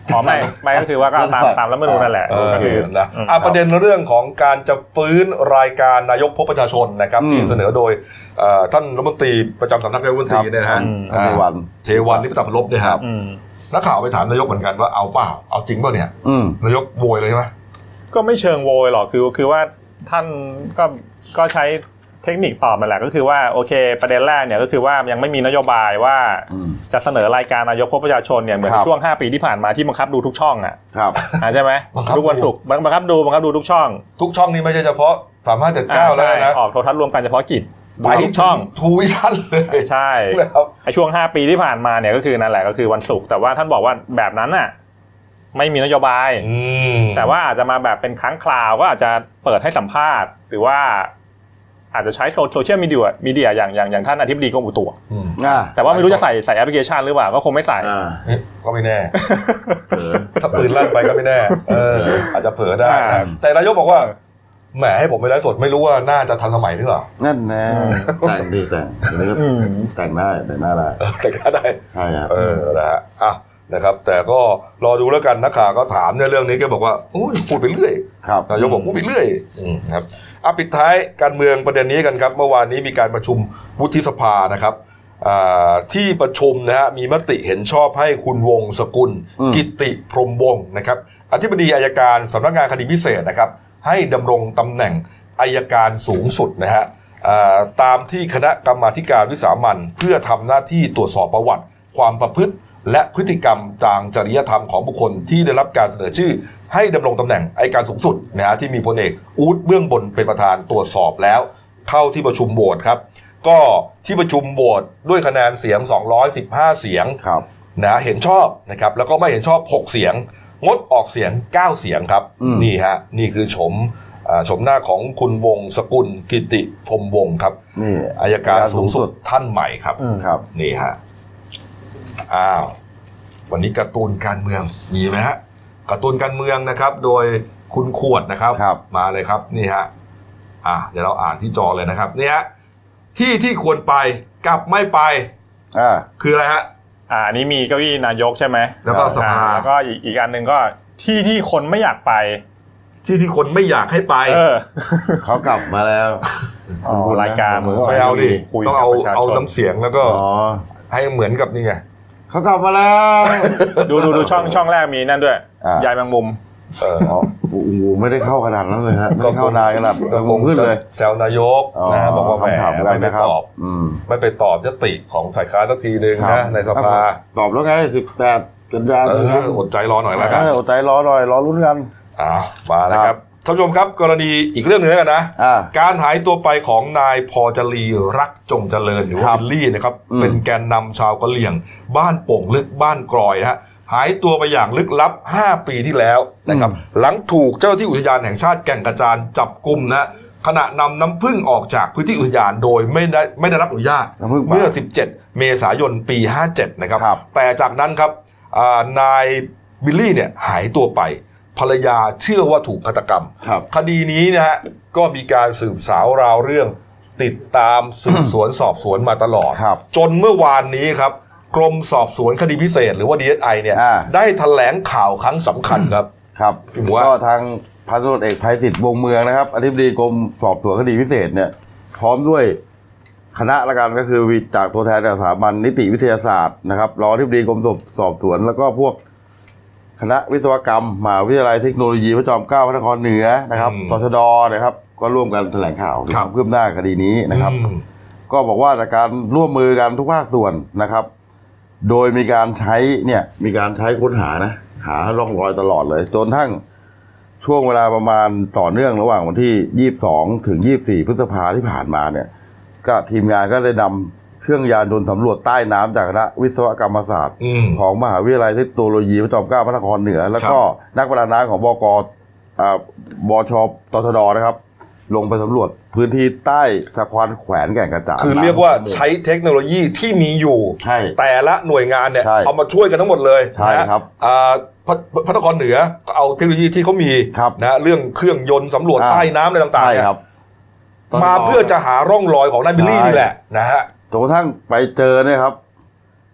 อ๋อไม่ไม่ก็คือว่าก็ตามตามรัฐธรรมนูญนั่นแหละก็คือนะอ่ะประเด็นเรื่องของการจะฟื้นรายการนายกพบประชาชนนะครับที่เสนอโดยท่านรัฐมนตรีประจำสำนักนายกรัฐมนตรีเนี่ยนะฮะเทวันเทวันนิพพานลบเนี่ยครับนักข่าวไปถามนายกเหมือนกันว่าเอาเปล่าเอาจริงเปล่าเนี่ยนายกโวยเลยใช่ไหมก็ไม่เชิงโวยหรอกคือคือว่าท่านก็ก็ใช้เทคนิคตอบมาแหละก็คือว่าโอเคประเด็นแรกเนี่ยก็คือว่ายังไม่มีนโยบายว่าจะเสนอรายการนายกพบประชาชนเนี่ยเหมือนช่วงห้าปีที่ผ่านมาที่บังคับดูทุกช่องอ่ะครับใช่ไหมทุกวันศุกร์บังคับดูบังคับดูทุกช่องทุกช่องนี้ไม่ใช่เฉพาะสามารถจัดก้าวแล้วนะออกโทรทัศน์รวมกันเฉพาะกิจไปช่องทูวิชั่นเลยใช่ไอ้ช่วงห้าปีที่ผ่านมาเนี่ยก็คือนั่นแหละก็คือวันศุกร์แต่ว่าท่านบอกว่าแบบนั้นน่ะไม่มีนโยบายแต่ว่าอาจจะมาแบบเป็นครั้งคราวก็อาจจะเปิดให้สัมภาษณ์หรือว่าอาจจะใช้โซเชียลมีเดียมีเดียอย่างอย่างอย่างท่านอธิบดีกรมอุตุแต่ว่าไม่รู้จะใส่ใส่แอปพลิเคชันหรือเปล่าก็คงไม่ใส่ก็ไม่แน่ถ้าปืนลั่นไปก็ไม่แน่เอออาจจะเผลอได้แต่นายกบอกว่าแหมให้ผมไปไลฟ์สดไม่รู้ว่าน่าจะทันสมัยหรือเปล่านั่นแน่แต่งดีแต่งแต่งได้แต่งหน้าได้แต่งหน้าได้ใช่ครับเออนะฮะอ่ะนะครับแต่ก็รอดูแล้วกันนักข่าวก็ถามในเรื่องนี้แกบอกว่าโอ้ยพูดไปเรื่อยครับนายกบอกพูดไปเรื่อยครับอ่ะปิดท้ายการเมืองประเด็นนี้กันครับเมื่อวานนี้มีการประชุมวุฒิสภานะครับที่ประชุมนะฮะมีมติเห็นชอบให้คุณวงศ์สกุลกิตติพรหมวงศ์นะครับอธิบดีอัยการสำนักงานคดีพิเศษนะครับให้ดำรงตำแหน่งอัยการสูงสุดนะฮะตามที่คณะกรรมาธิการวิสามัญเพื่อทำหน้าที่ตรวจสอบประวัติความประพฤติและพฤติกรรมทางจริยธรรมของบุคคลที่ได้รับการเสนอชื่อให้ดำรงตำแหน่งอัยการสูงสุดนะฮะที่มีพลเอกอู๊ดเบื้องบนเป็นประธานตรวจสอบแล้วเข้าที่ประชุมโหวตครับก็ที่ประชุมโหวตด้วยคะแนนเสียงสองร้อยสิบห้าเสียงนะเห็นชอบนะครับแล้วก็ไม่เห็นชอบหกเสียงงดออกเสียงเก้าเสียงครับนี่ฮะนี่คือชมชมหน้าของคุณวงศ์สกุลกิตติพรหมวงศ์ครับนี่อัยการสูงสุดท่านใหม่ครับครับนี่ฮะอ้าววันนี้การ์ตูนการเมืองมีไหมฮะการ์ตูนการเมืองนะครับโดยคุณขวดนะครับมาเลยครับนี่ฮะอ่ะเดี๋ยวเราอ่านที่จอเลยนะครับนี่ฮะที่ที่ควรไปกลับไม่ไปอ่าคืออะไรฮะอ่าอันนี้มีเก้าอี้นายกใช่ไหมแล้วก็สภาแล้วก็อีกอีกอันหนึ่งก็ที่ที่คนไม่อยากไปที่ที่คนไม่อยากให้ไปเออเขากลับมาแล้วรายการมือไม่เอาดิต้องเอาเอาน้ำเสียงแล้วก็ให้เหมือนกับนี่ไงเขากลับมาแล้วดูดูดูช่องช่องแรกมีนั่นด้วยยายแมงมุมเอออ๋อโอ้โหไม่ได้เข้าขนาดนั้นเลยฮะไม่เข้านายขนาดงงขึ้นเลยแซวนายกนะบอกว่าแหมไม่ไปตอบไม่ไปตอบยติของฝ่ายค้านสักทีนึงนะในสภาตอบแล้วไงสิบแปดกันยายนอดใจรอหน่อยแล้วกันอดใจรอหน่อยรอลุ้นกันอ่ามาแล้วครับท่านผู้ชมครับกรณีอีกเรื่องนึงแล้วกันนะการหายตัวไปของนายพอจรีรักจงเจริญหรือว่าบิลลี่นะครับเป็นแกนนำชาวกะเหรี่ยงบ้านโป่งลึกบ้านกรอยฮะหายตัวไปอย่างลึกลับห้าปีที่แล้วนะครับหลังถูกเจ้าหน้าที่อุทยานแห่งชาติแก่งกระจานจับกุมนะขณะนำน้ำผึ้งออกจากพื้นที่อุทยานโดยไม่ได้ไม่ได้รับอนุญาตเมื่อสิบเจ็ดเมษายนปีห้าสิบเจ็ดนะครับแต่จากนั้นครับนายบิลลี่เนี่ยหายตัวไปภรรยาเชื่อว่าถูกฆาตกรรมคดีนี้นะฮะก็มีการสืบสาวราวเรื่องติดตามสืบสวนสอบสวนมาตลอดจนเมื่อวานนี้ครับกรมสอบสวนคดีพิเศษหรือว่า ดี เอส ไอ เนี่ยได้แถลงข่าวครั้งสำคัญครับครับก็ทางพันตำรวจเอกไพศิษฐ์วงศ์เมืองนะครับอธิบดีกรมสอบสวนคดีพิเศษเนี่ยพร้อมด้วยคณะละกันก็คือจากตัวแทนจากสถาบันนิติวิทยาศาสตร์นะครับรองอธิบดีกรมสอบสวนแล้วก็พวกคณะวิศวกรรมมหาวิทยาลัยเทคโนโลยีพระจอมเกล้าพระนครเหนือนะครับตชด.นะครับก็ร่วมกันแถลงข่าวความคืบหน้าคดีนี้นะครับก็บอกว่าจากการร่วมมือกันทุกภาคส่วนนะครับโดยมีการใช้เนี่ยมีการใช้ค้นหานะหาร่องรอยตลอดเลยจนทั้งช่วงเวลาประมาณต่อเนื่องระหว่างวันที่ยี่สิบสองถึงยี่สิบสี่พฤษภาที่ผ่านมาเนี่ยก็ทีมงานก็ได้นำเครื่องยานยนต์สำรวจใต้น้ำจากคณะวิศวกรรมศาสตร์ของมหาวิทยาลัยเทคโนโลยีพระจอมเกล้าพระนครเหนือแล้วก็นักประดาน้ำของบก.บช.ตชด.นะครับลงไปสำรวจพื้นที่ใต้สะพานแขวนแก่งกระจานคือเรียกว่าใช้เทคโนโลยีที่มีอยู่แต่ละหน่วยงานเนี่ยเอามาช่วยกันทั้งหมดเลยใช่ครับพระนครเหนือก็เอาเทคโนโลยีที่เขามีนะเรื่องเครื่องยนต์สำรวจใต้น้ำอะไรต่างๆเนี่ยมาเพื่อจะหาร่องรอยของนายบิลลี่นี่แหละนะฮะจนกระทั่งไปเจอเนี่ยครับ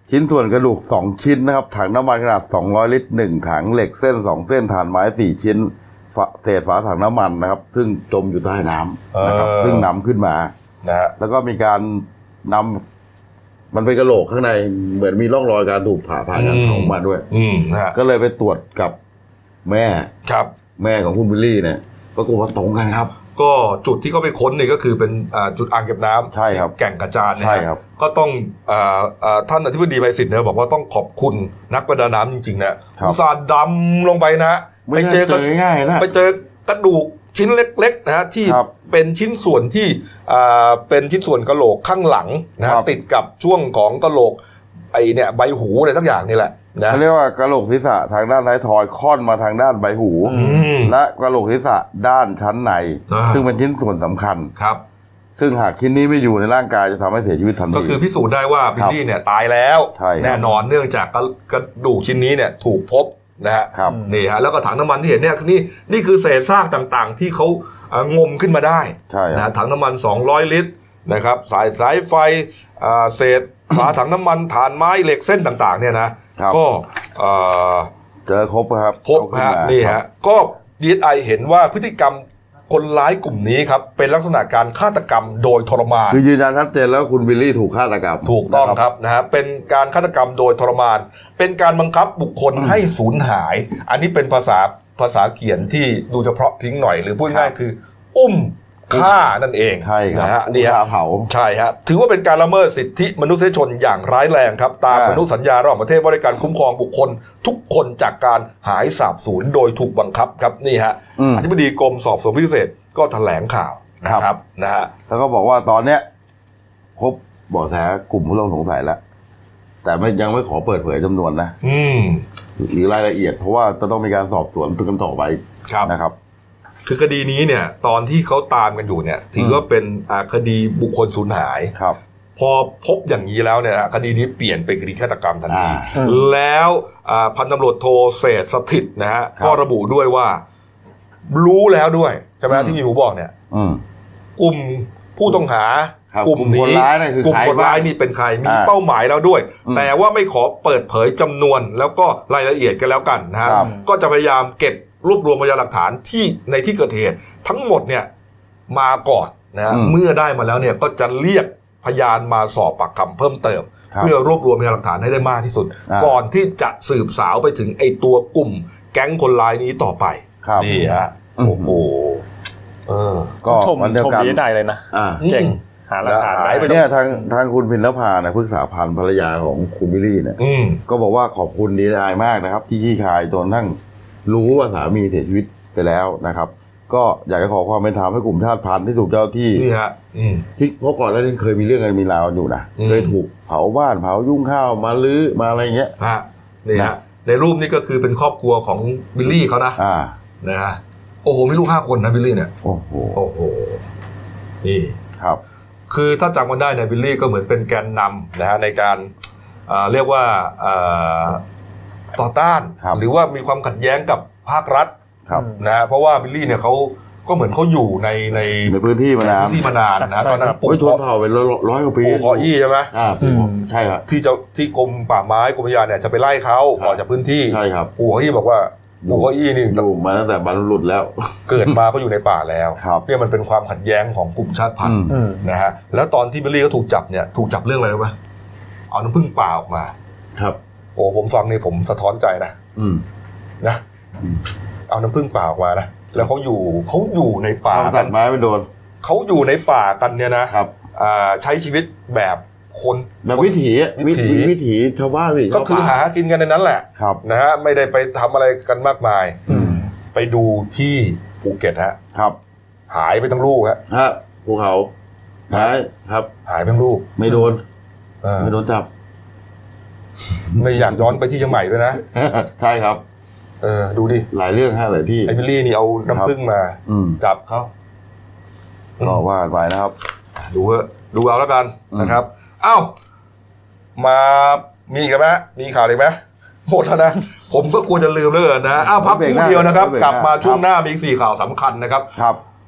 ชิ้นส่วนกระดูกสองชิ้นนะครับถังน้ำมันขนาดสองร้อยลิตรหนึ่งถังเหล็กเส้นสองเส้นถ่านไม้สี่ชิ้นเศษฝาถังน้ำมันนะครับซึ่งจมอยู่ใต้น้ำนะครับซึ่งนำขึ้นมานะฮะแล้วก็มีการนำมันเป็นกระโหลกข้างในเหมือนมีร่องรอยการถูกผ่าผ่านการเผามาด้วยก็เลยไปตรวจกับแม่ครับแม่ของคุณบิลลี่เนี่ยปรากฏว่าตรงกันครับก็จุดที่เขาไปค้นเนี่ยก็คือเป็นจุดอ่างเก็บน้ำใช่ครับแก่งกระจานใช่ครับก็ต้องท่านอธิบดีไพศิษฐ์เนี่ยบอกว่าต้องขอบคุณนักประดาน้ำจริงๆนะอุตส่าห์ดำลงไปนะไปเจอง่ายๆนะไปเจอกระดูกชิ้นเล็กๆนะฮะที่เป็นชิ้นส่วนที่เป็นชิ้นส่วนกะโหลกข้างหลังนะติดกับช่วงของกะโหลกไอเนี่ยใบหูอะไรสักอย่างนี่แหละนะเขาเรียกว่ากะโหลกศีรษะทางด้านท้ายทอยค่อนมาทางด้านใบหูและกะโหลกศีรษะด้านชั้นในซึ่งเป็นชิ้นส่วนสำคัญครับซึ่งหากชิ้นนี้ไม่อยู่ในร่างกายจะทำให้เสียชีวิตทันทีก็คือพิสูจน์ได้ว่าบิลลี่เนี่ยตายแล้วแน่นอนเนื่องจากกระดูกชิ้นนี้เนี่ยถูกพบนะฮะนี่ฮะแล้วก็ถังน้ำมันที่เห็นเนี่ยนี่นี่คือเศษซากต่างๆที่เขางมขึ้นมาได้นะถังน้ำมันสองร้อยลิตรนะครับสายสายไฟเศษฝาถังน้ำมันถ่านไม้เหล็กเส้นต่างๆเนี่ยนะก็เจอครบครับพบฮะนี่ฮะก็ ดี เอส ไอ เห็นว่าพฤติกรรมคนร้ายกลุ่มนี้ครับเป็นลักษณะการฆาตกรรมโดยทรมานคือยืนยันชัดเจนแล้วคุณบิลลี่ถูกฆาตกรรมถูกต้องครับนะฮะเป็นการฆาตกรรมโดยทรมานเป็นการบังคับบุคคลให้สูญหายอันนี้เป็นภาษาภาษาเขียนที่ดูจะเพราะพิงหน่อยหรือพูดง่ายคืออุ้มฆ่านั่นเองใช่ครับนะฮะนี่ฮะเผาใช่ฮะถือว่าเป็นการละเมิดสิทธิมนุษยชนอย่างร้ายแรงครับตามอนุสัญญาระหว่างประเทศว่าด้วยการคุ้มครองบุคคลทุกคนจากการหายสาบสูญโดยถูกบังคับครับนี่ฮะอธิบดีกรมสอบสวนพิเศษก็แถลงข่าวนะครับนะฮะแล้วก็บอกว่าตอนเนี้ยพบเบาะแสกลุ่มผู้ต้องสงสัยแล้วแต่ไม่ยังไม่ขอเปิดเผยจำนวนนะอืมหรือรายละเอียดเพราะว่าจะต้องมีการสอบสวนกันต่อไปนะครับคือคดีนี้เนี่ยตอนที่เขาตามกันอยู่เนี่ยถือว่าเป็นคดีบุคคลสูญหายครับพอพบอย่างนี้แล้วเนี่ยคดีนี้เปลี่ยนเป็นคดีฆาตกรรมทันทีแล้วพันตำรวจโทเศรษฐสถิตนะฮะก็ระบุด้วยว่ารู้แล้วด้วยใช่ไหมที่มีหมูบอกเนี่ยกลุ่มผู้ต้องหากลุ่มนี้กลุ่มคนร้ายนี่เป็นใครมีเป้าหมายแล้วด้วยแต่ว่าไม่ขอเปิดเผยจำนวนแล้วก็รายละเอียดกันแล้วกันนะฮะก็จะพยายามเก็บรวบรวมพยานหลักฐานที่ในที่เกิดเหตุทั้งหมดเนี่ยมาก่อนนะเมื่อได้มาแล้วเนี่ยก็จะเรียกพยานมาสอบปากคำเพิ่มเติมเพื่อรวบรวมพยานหลักฐานให้ได้มากที่สุดก่อนที่จะสืบสาวไปถึงไอ้ตัวกลุ่มแก๊งคนร้ายนี้ต่อไปนี่ฮะโอ้โหเออก็ชมชมดีได้เลยนะเจ๋งหาหลักฐานได้เนี่ยทางทางคุณพินนภาเนี่ยพฤกษาพันธ์ภรรยาของคุณบิลลี่เนี่ยก็บอกว่าขอบคุณดี เอส ไอ มากนะครับที่ชี้คายจนทั้งรู้ว่าสามีเสียชีวิตไปแล้วนะครับก็อยากจะขอความเป็นธรรมให้กลุ่มชาติพันธุ์ที่ถูกเจ้าที่นี่ฮะที่เพราะก่อนแล้วนี่เคยมีเรื่องกันมีราวอยู่นะเคยถูกเผาบ้านเผายุ่งข้าวมาลื้อมาอะไรเงี้ยฮะนี่ฮะในรูปนี้ก็คือเป็นครอบครัวของบิลลี่เขานะอ่านะฮะโอ้โหมีลูกห้าคนนะบิลลี่เนี่ยโอ้โหโอ้โหนี่ครับคือถ้าจำกันได้เนี่ยบิลลี่ก็เหมือนเป็นแกนนำนะฮะในการเรียกว่าต่อต้านหรือว่ามีความขัดแย้งกับภาครัฐนะฮะเพราะว่าบิลลี่เนี่ยเขาก็เหมือนเขาอยู่ในในในพื้นที่มานานพื้นที่มานานนะตอนนั้นปลูกเผาเป็นร้อยกว่าปีปลูกคออี้ใช่ไหมอ่าใช่ครับที่จะที่กรมป่าไม้กรมอุทยานเนี่ยจะไปไล่เขาออกจากพื้นที่ใช่ครับปลูกคออี้บอกว่าปลูกคออี้นี่อยู่มาตั้งแต่บรรลุแล้วเกิดมาก็อยู่ในป่าแล้วเนี่ยมันเป็นความขัดแย้งของกลุ่มชาติพันธุ์นะฮะแล้วตอนที่บิลลี่เขาถูกจับเนี่ยถูกจับเรื่องอะไรรู้ไหมเอาน้ำผึ้งป่าออกมาครับโอ้ผมฟังนี่ผมสะท้อนใจนะนะเอาน้ำผึ้งป่าออกมานะแล้วเขาอยู่เขาอยู่ในป่าตัดไม้ไม่โดนเขาอยู่ในป่ากันเนี่ยนะครับใช้ชีวิตแบบคนแบบวิถีวิถีวิถีชาวบ้านก็คือหากินกันในนั้นแหละนะฮะไม่ได้ไปทำอะไรกันมากมายไปดูที่ภูเก็ตฮะครับหายไปทั้งลูกฮะฮะภูเขาหายครับหายไปทั้งลูกไม่โดนไม่โดนจับไม่อยากย้อนไปที่เชียงใหม่ด้วยนะใช่ครับเออดูดิหลายเรื่องฮะหลายที่ไอ้บิลลี่นี่เอาน้ำผึ้งมาจับเขาก็ว่าไปนะครับดูเถอะดูเอาแล้วกันนะครับเอ้ามามีอีกไหมมีข่าวอีกไหมหมดแล้วนะผมก็ควรจะลืมเลยนะอ้าวพักครู่เดียวนะครับกลับมาช่วงหน้ามีสี่ข่าวสำคัญนะครับครับ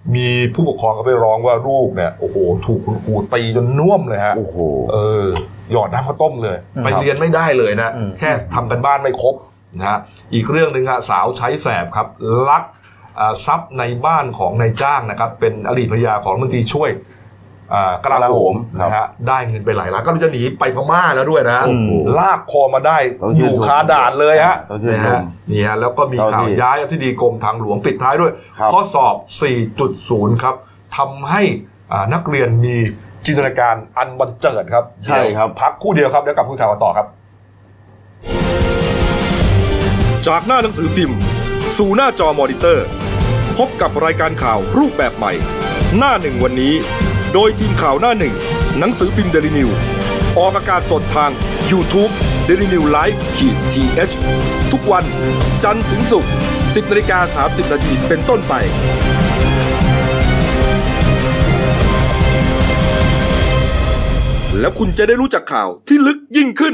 มีผู้ปกครองเขาไปร้องว่าลูกเนี่ยโอ้โหถูกคุณครูตีจนน่วมเลยฮะโอ้โหเออหยอดน้ำข้าวต้มเลยไปเรียนไม่ได้เลยนะแค่ทำกันบ้านไม่ครบนะฮะอีกเรื่องนึงฮะสาวใช้แสบครับลักทรัพย์ในบ้านของนายจ้างนะครับเป็นอดีตภรรยาของรัฐมนตรีช่วยกลาโหมนะฮะได้เงินไปหลายล้านก็จะหนีไปพม่าแล้วด้วยนะลากคอมาได้อยู่คาด่านเลยฮะนี่ฮะนี่ฮะแล้วก็มีข่าวย้ายอธิบดีกรมทางหลวงปิดท้ายด้วยข้อสอบ สี่จุดศูนย์ ครับทำให้นักเรียนมีจินตนาการอันบันเจิดครับใช่ครับพักคู่เดียวครับแล้วกลับคุยข่าวกันต่อครับจากหน้าหนังสือพิมพ์สู่หน้าจอมอนิเตอร์พบกับรายการข่าวรูปแบบใหม่หน้าหนึ่งวันนี้โดยทีมข่าวหน้าหนึ่งหนังสือพิมพ์ Daily News ออกอากาศสดทาง YouTube Daily News Live ทีเอช ทุกวันจันทร์ถึงศุกร์ สิบนาฬิกาสามสิบนาทีเป็นต้นไปแล้วคุณจะได้รู้จักข่าวที่ลึกยิ่งขึ้น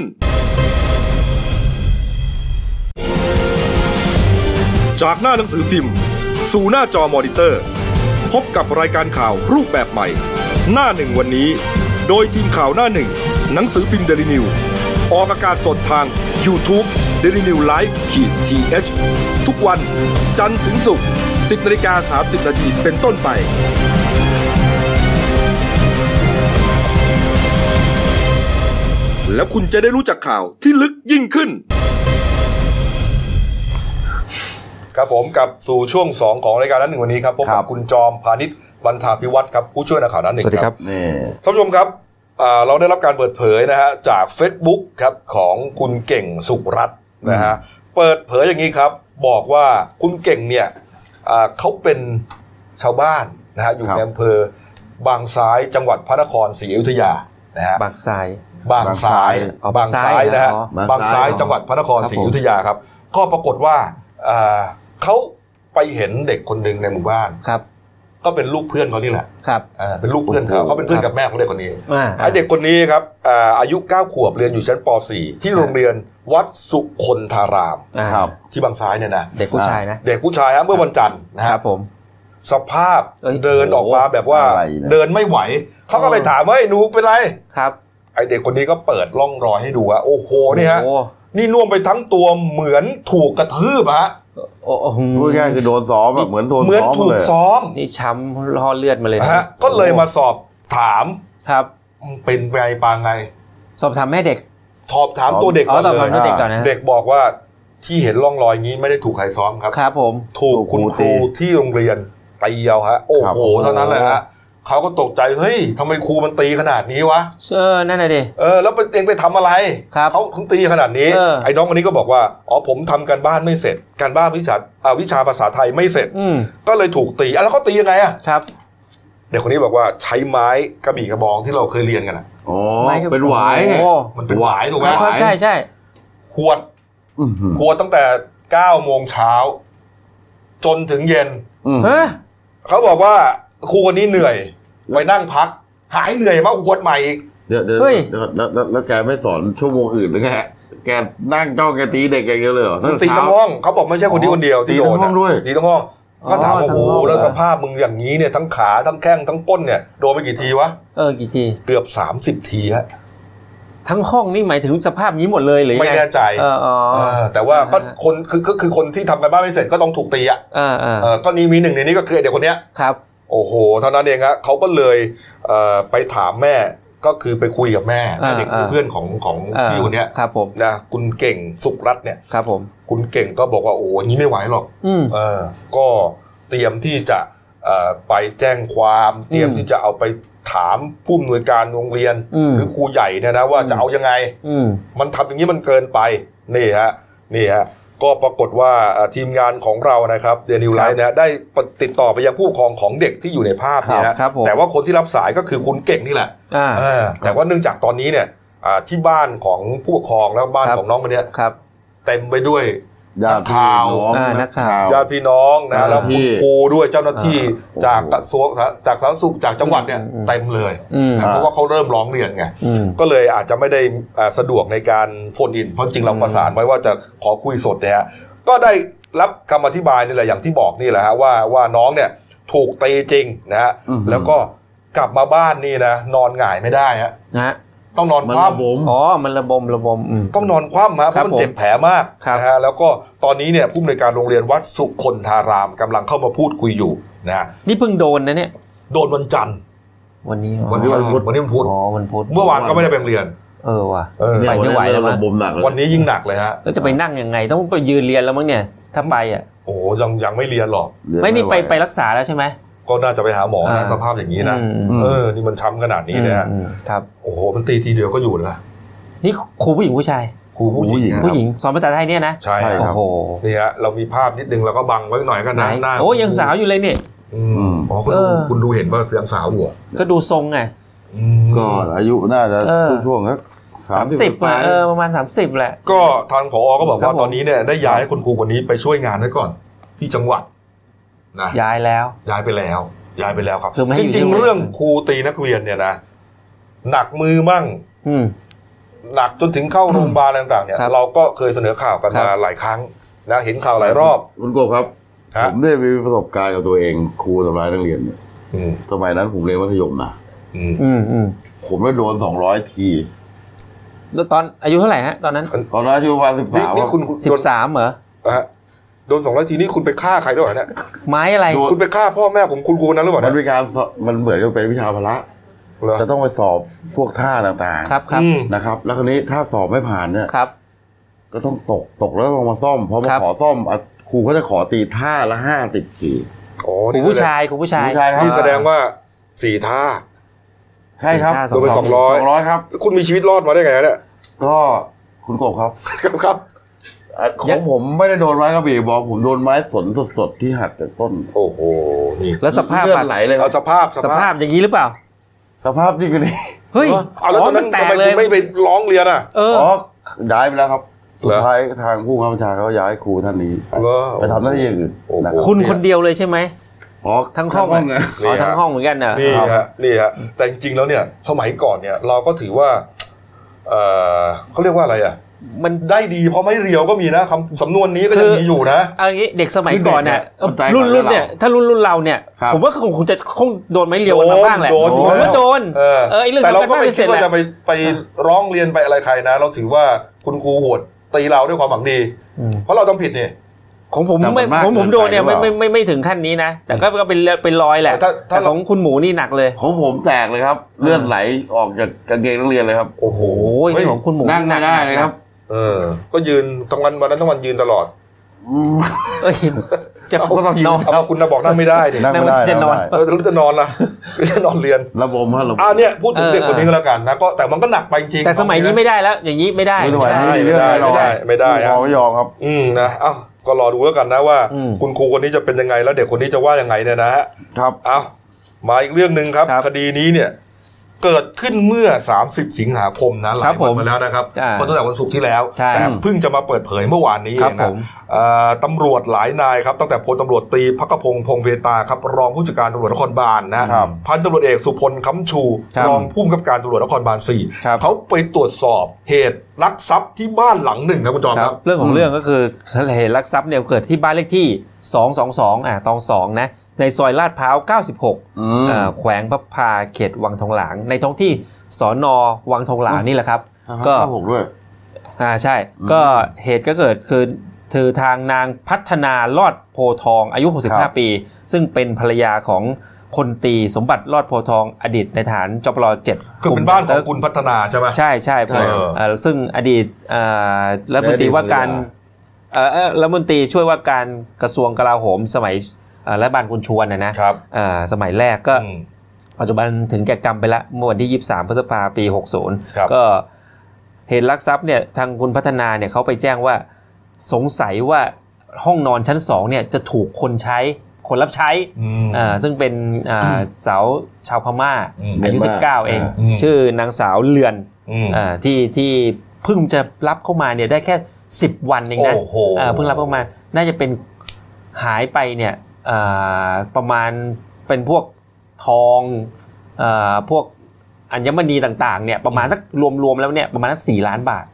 จากหน้าหนังสือพิมพ์สู่หน้าจอมอนิเตอร์พบกับรายการข่าวรูปแบบใหม่หน้าหนึ่งวันนี้โดยทีมข่าวหน้าหนึ่งหนังสือพิมพ์ Daily News ออกอากาศสดทาง YouTube Daily News Live ทีเอช ทุกวันจันทร์ถึงศุกร์ สิบนาฬิกาสามสิบนาทีเป็นต้นไปแล้วคุณจะได้รู้จักข่าวที่ลึกยิ่งขึ้นครับผมกับสู่ช่วงสองของรายการนั้นหนึ่งวันนี้ครับพบกับคุณจอมพานิชบรรทาภิวัฒน์ครับผู้ช่วยนักข่าวนั้นหนึ่งสวัสดีครับนี่ท่านผู้ชมครับเราได้รับการเปิดเผยนะฮะจาก Facebook ครับของคุณเก่งสุรัตน์นะฮะเปิดเผยอย่างนี้ครับบอกว่าคุณเก่งเนี่ยเขาเป็นชาวบ้านนะฮะอยู่ในอำเภอบางซ้ายจังหวัดพระนครศรีอยุธยานะฮะบางซ้ายบางซ้ายบางซ้ายนะฮะบางซ้ายจังหวัดพระนครศรีอยุธยาครับก็ปรากฏว่าเขาไปเห็นเด็กคนหนึ่งในหมู่บ้านครับก็เป็นลูกเพื่อนเขานี่แหละครับเป็นลูกเพื่อนเขาเขาเป็นเพื่อนกับแม่ของเด็กคนนี้ไอ้เด็กคนนี้ครับอายุเก้าขวบเรียนอยู่ชั้นป สี่ ที่โรงเรียนวัดสุคนธารามที่บางซ้ายเนี่ยนะเด็กผู้ชายนะเด็กผู้ชายครับเมื่อวันจันทร์นะครับผมสภาพเดินออกมาแบบว่าเดินไม่ไหวเขาก็ไปถามว่าไอ้หนูเป็นไรครับไอ้เด็กคนนี้ก็เปิดร่องรอยให้ดูว่าโอ้โหนี่ฮะนี่น่วมไปทั้งตัวเหมือนถูกกระทืบฮะโอ้โหพูดง่ายคือโดนซ้อมแบบเหมือนโดนซ้อมเหมือนถูกซ้อมนี่ช้ำห่อเลือดมาเลยฮะก็เลยมาสอบถามครับเป็นไงปางไงสอบถามแม่เด็กสอบถามตัวเด็กก่อนเลยเด็กก่อนนะเด็กบอกว่าที่เห็นร่องรอยงี้ไม่ได้ถูกใครซ้อมครับครับผมถูกคุณครูที่โรงเรียนตีเอาฮะโอ้โหเท่านั้นแหละฮะเขาก็ตกใจเฮ้ยทำไมครูมันตีขนาดนี้วะเออนั่นน่ะดิเออแล้วเองไปทำอะไรเขาถึงตีขนาดนี้ไอ้น้องคนนี้ก็บอกว่าอ๋อผมทำการบ้านไม่เสร็จการบ้านวิชาวิชาภาษาไทยไม่เสร็จก็เลยถูกตีแล้วเขาตียังไงอ่ะครับเด็กคนนี้บอกว่าใช้ไม้กระบี่กระบองที่เราเคยเรียนกันอ่ะอ๋อเป็นหวายมันเป็นหวายถูกไหมใช่ใช่ขวดขวดตั้งแต่เก้าโมงเช้าจนถึงเย็นเขาบอกว่าครูคนนี้เหนื่อยไปนั่งพักหายเหนื่อยมาขวดใหม่อีกเดี๋ยวเดี๋ยวแล้วแล้วแกไม่สอนชั่วโมงอื่นหรือไงแกนั่งจ้องแกตีเด็กอย่างเดียวเลยเหรอตีทั้งห้องเขาบอกไม่ใช่คนที่คนเดียวที่โดนตีทั้งห้องด้วยตีทั้งห้องก็ถามว่าโอ้โหแล้วสภาพมึงอย่างนี้เนี่ยทั้งขาทั้งแข้งทั้งก้นเนี่ยโดนไปกี่ทีวะเออกี่ทีเกือบสามสิบทีฮะทั้งห้องนี่หมายถึงสภาพนี้หมดเลยหรือไม่แน่ใจเออแต่ว่าก็คนคือก็คือคนที่ทำกันบ้านไม่เสร็จก็ต้องถูกตีอ่ะเออเออก็นี่มีหนึ่งในนี้ก็คือเด็กคนเนี้ยครับโอ้โหเท่านั้นเองครับเขาก็เลยเอ่อไปถามแม่ก็คือไปคุยกับแม่เด็กเพื่อนของของพี่คนเนี้ยครับผมนะคุณเก่งสุขรัตน์เนี่ยครับผมคุณเก่งก็บอกว่าโอ้ยนี้ไม่ไหวหรอกเออก็เตรียมที่จะเอ่อไปแจ้งความเตรียมที่จะเอาไปถามผู้อำนวยการโรงเรียนหรือครูใหญ่เนี่ยนะว่าจะเอายังไงมันทำอย่างนี้มันเกินไปนี่ฮะนี่ฮะก็ปรากฏว่าทีมงานของเรานะครับเดนิวไลท์เนี่ยได้ติดต่อไปยังผู้ปกครองของเด็กที่อยู่ในภาพนี่นะแต่ว่าคนที่รับสายก็คือคุณเก่งนี่แหละแต่ว่าเนื่องจากตอนนี้เนี่ยที่บ้านของผู้ปกครองแล้วบ้านของน้องคนนี้เต็มไปด้วยญาติพี่น้องนักข่าวญาติพี่น้องนะแล้วคุณครูด้วยเจ้าหน้าที่จากกระทรวงจากสาธารณสุขจากจังหวัดเนี่ยเต็มเลยเพราะว่าเขาเริ่มร้องเรียนไงก็เลยอาจจะไม่ได้สะดวกในการโฟนอินเพราะจริงเราประสานไว้ว่าจะขอคุยสดเนี่ยก็ได้รับคำอธิบายนี่แหละอย่างที่บอกนี่แหละฮะว่าว่าน้องเนี่ยถูกตีจริงนะฮะแล้วก็กลับมาบ้านนี่นะนอนหงายไม่ได้ฮะนะต้องนอนคว่ำอ๋อมันระบมระบมต้องนอนคว่ำฮะเพราะมันเจ็บแผลมากนะฮะแล้วก็ตอนนี้เนี่ยผู้อำนวยการโรงเรียนวัดสุคนธารามกำลังเข้ามาพูดคุยอยู่นะฮะนี่เพิ่งโดนนะเนี่ยโดนวันจันทร์วันนี้วันนี้วันพุธวันนี้วันพุธอ๋อวันพุธเมื่อวานก็ไม่ได้ไปเรียนเออว่ะไปไม่ไหวแล้วมั้งวันนี้ยิ่งหนักเลยฮะแล้วจะไปนั่งยังไงต้องไปยืนเรียนแล้วมั้งเนี่ยถ้าไปอ่ะโอ้ยังยังไม่เรียนหรอกไม่นี่ไปไปรักษาแล้วใช่ไหมก็น่าจะไปหาหมอนะสภาพอย่างนี้นะเออนี่มันช้ำขนาดนี้เลยฮะครับโอ้โหมันตีทีเดียวก็อยู่นะนี่ครูผู้หญิงผู้ชายครูผู้หญิงผู้หญิงสอนภาษาไทยเนี่ยนะใช่โอ้โหนี่ฮะเรามีภาพนิดนึงเราก็บังไว้หน่อยก็นะหน้าโอ้ยังสาวอยู่เลยเนี่ยอืมอ๋อคุณคุณดูเห็นว่าเสียงสาวอยู่ก็ดูทรงไงก็อายุน่าจะช่วงๆสักสามสิบเออประมาณสามสิบแหละก็ทางผอก็บอกว่าตอนนี้เนี่ยได้ย้ายคุณครูคนนี้ไปช่วยงานไว้ก่อนที่จังหวัดนะย้ายแล้วย้ายไปแล้วย้ายไปแล้วครับจริงๆเรื่องครูตีนักเรียนเนี่ยนะหนักมือมั่งหนักจนถึงเข้าโรงพยาบาลต่างๆเนี่ยเราก็เคยเสนอข่าวกันมาหลายครั้งนะเห็นข่าวหลายรอบคุณโกครับผมได้มีประสบการณ์กับตัวเองครูทำร้ายนักเรียนเนี่ยสมัยนั้นผมเรียนมัธยมนะผมได้โดนสองร้อยทีแล้วตอนอายุเท่าไหร่ฮะตอนนั้นตอนนั้นอายุประมาณสิบสามนี่คุณสิบสามเหรอโดนสองร้อยทีนี่คุณไปฆ่าใครด้วยเนี่ยไม้อะไรคุณไปฆ่าพ่อแม่ผมคุณครูนั้นหรือเปล่ามันเป็นการมันเหมือนกับเป็นวิชาพละจะต้องไปสอบพวกท่าต่างๆครับครับนะครับแล้วคราวนี้ถ้าสอบไม่ผ่านเนี่ยครับก็ต้องตกตกแล้วลงมาซ่อมพอมาขอซ่อมครูก็จะขอตีท่าละห้าสิบทีโอ้ครูผู้ชายครูผู้ชายนี่แสดงว่าสี่ท่าใช่ครับโดนไปสองร้อยสองร้อยครับคุณมีชีวิตรอดมาได้ไงเนี่ยก็คุณกบครับครับครับของผมไม่ได้โดนไม้กระบี่บอกผมโดนไม้สนสดๆที่หักจากต้นโอ้โหนี่แล้วสภาพไหลเลยครับสภาพสภาพอย่างนี้หรือเปล่าสภาพจริงกันนี่เฮ้ยเอาแล้วตอนนั้นทำไมคุณไม่ไปร้องเรียนอ่ะเออย้ายไปแล้วครับสุดท้ายทางผู้กำกับบัญชาเขาย้ายครูท่านนี้ไปทำหน้าที่อย่างอื่นคุณคนเดียวเลยใช่ไหมอ๋อทั้งห้องไงอ๋อทั้งห้องเหมือนกันนะนี่ฮะนี่ฮะแต่จริงๆแล้วเนี่ยสมัยก่อนเนี่ยเราก็ถือว่าเออเขาเรียกว่าอะไรอ่ะมันได้ดีเพราะไม่เรียวก็มีนะคำสำนวนนี้ก็ยังมีอยู่นะอันนี้เด็กสมัยก่อนเนี่ยรุ่นรุ่นเนี่ยถ้ารุ่นรุ่นเราเนี่ยผมว่าคงจะคงโดนไม้เรียวกันมาบ้างแหละผมว่าโดนเออแต่เราก็ไม่คิดว่าจะไปไปร้องเรียนไปอะไรใครนะเราถือว่าคุณครูโหดตีเราด้วยความหวังดีเพราะเราทำผิดเนี่ยของผมไม่ผมผมโดนเนี่ยไม่ไม่ไม่ไม่ถึงขั้นนี้นะแต่ก็ก็เป็นเป็นรอยแหละแต่ของคุณหมูนี่หนักเลยของผมแตกเลยครับเลือดไหลออกจากกางเกงนักเรียนเลยครับโอ้โหนี่ของคุณหมูนั่งไม่ได้เลยครับเออก็ยืนทั้งวันวันนั้นทั้งวันยืนตลอดเอ้ยจะก็ต้องยืนเอาคุณนะบอกนั่งไม่ได้ดินั่งไม่ได้จะนอนเออหรือจะนอนล่ะจะนอนเรียนระบมฮะระบมอ่าเนี่ยพูดถึงเด็กคนนี้ก็แล้วกันนะก็แต่มันก็หนักไปจริงแต่สมัยนี้ไม่ได้แล้วอย่างนี้ไม่ได้ไม่ได้ไม่ได้ไม่ได้ไม่ได้ครับไม่ยอมครับอืมนะเอ้าก็รอดูแล้วกันนะว่าคุณครูคนนี้จะเป็นยังไงแล้วเด็กคนนี้จะว่ายังไงเนี่ยนะฮะครับเอ้ามาอีกเรื่องนึงครับคดีนี้เนี่ยเกิดขึ้นเมื่อสามสิบสิงหาคมนะหลายวันมาแล้วนะครับก็ตั้งแต่วันศุกร์ที่แล้วแต่เพิ่งจะมาเปิดเผยเมื่อวานนี้เองนะตำรวจหลายนายครับตั้งแต่พลตำรวจตรีภักพงษ์พงษ์เวตาครับรองผู้จัดการตำรวจนครบาลนะพันตำรวจเอกสุพลค้ำชูรองผู้กำกับการตำรวจนครบาลสี่เขาไปตรวจสอบเหตุลักทรัพย์ที่บ้านหลังหนึ่งนะคุณจอมครับเรื่องของเรื่องก็คือเหตุลักทรัพย์เนี่ยเกิดที่บ้านเลขที่สองสองสองอ่าตองสองนะในซอยลาดพร้าวเก้าสิบหกอ่าแขวงพระพาเขตวังทองหลางในท้องที่สน.วังทองหลางนี่แหละครับก็ด้วยอ่าใช่ก็เหตุก็เกิดคือคือทางนางพัฒนาลอดโพทองอายุหกสิบห้าปีซึ่งเป็นภรรยาของพลตรีสมบัติลอดโพทองอดีตในฐานจปรเจ็ดคือเป็นบ้านของคุณพัฒนาใช่ไหมใช่ใช่ซึ่งอดีตรัฐมนตรีว่าการรัฐมนตรีช่วยว่าการกระทรวงกลาโหมสมัยรัฐบาลคุณชวนนะนะสมัยแรกก็ปัจจุบันถึงแก่กรรมไปแล้วเมื่อวันที่ยี่สิบสามพฤษภาคมปีหกสิบก็เหตุลักทรัพย์เนี่ยทางคุณพัฒนาเนี่ยเขาไปแจ้งว่าสงสัยว่าห้องนอนชั้นสองเนี่ยจะถูกคนใช้คนรับใช้อ่าซึ่งเป็นอ่าสาวชาวพม่าอายุสิบเก้าเองชื่อนางสาวเลือนอ่าที่ที่เพิ่งจะรับเข้ามาเนี่ยได้แค่สิบวันเองนะอ่าเพิ่งรับเข้ามาน่าจะเป็นหายไปเนี่ยอ่าประมาณเป็นพวกทองเอ่อพวกอัญมณีต่างๆเนี่ยประมาณสักรวมๆแล้วเนี่ยประมาณสักสี่ล้านบาท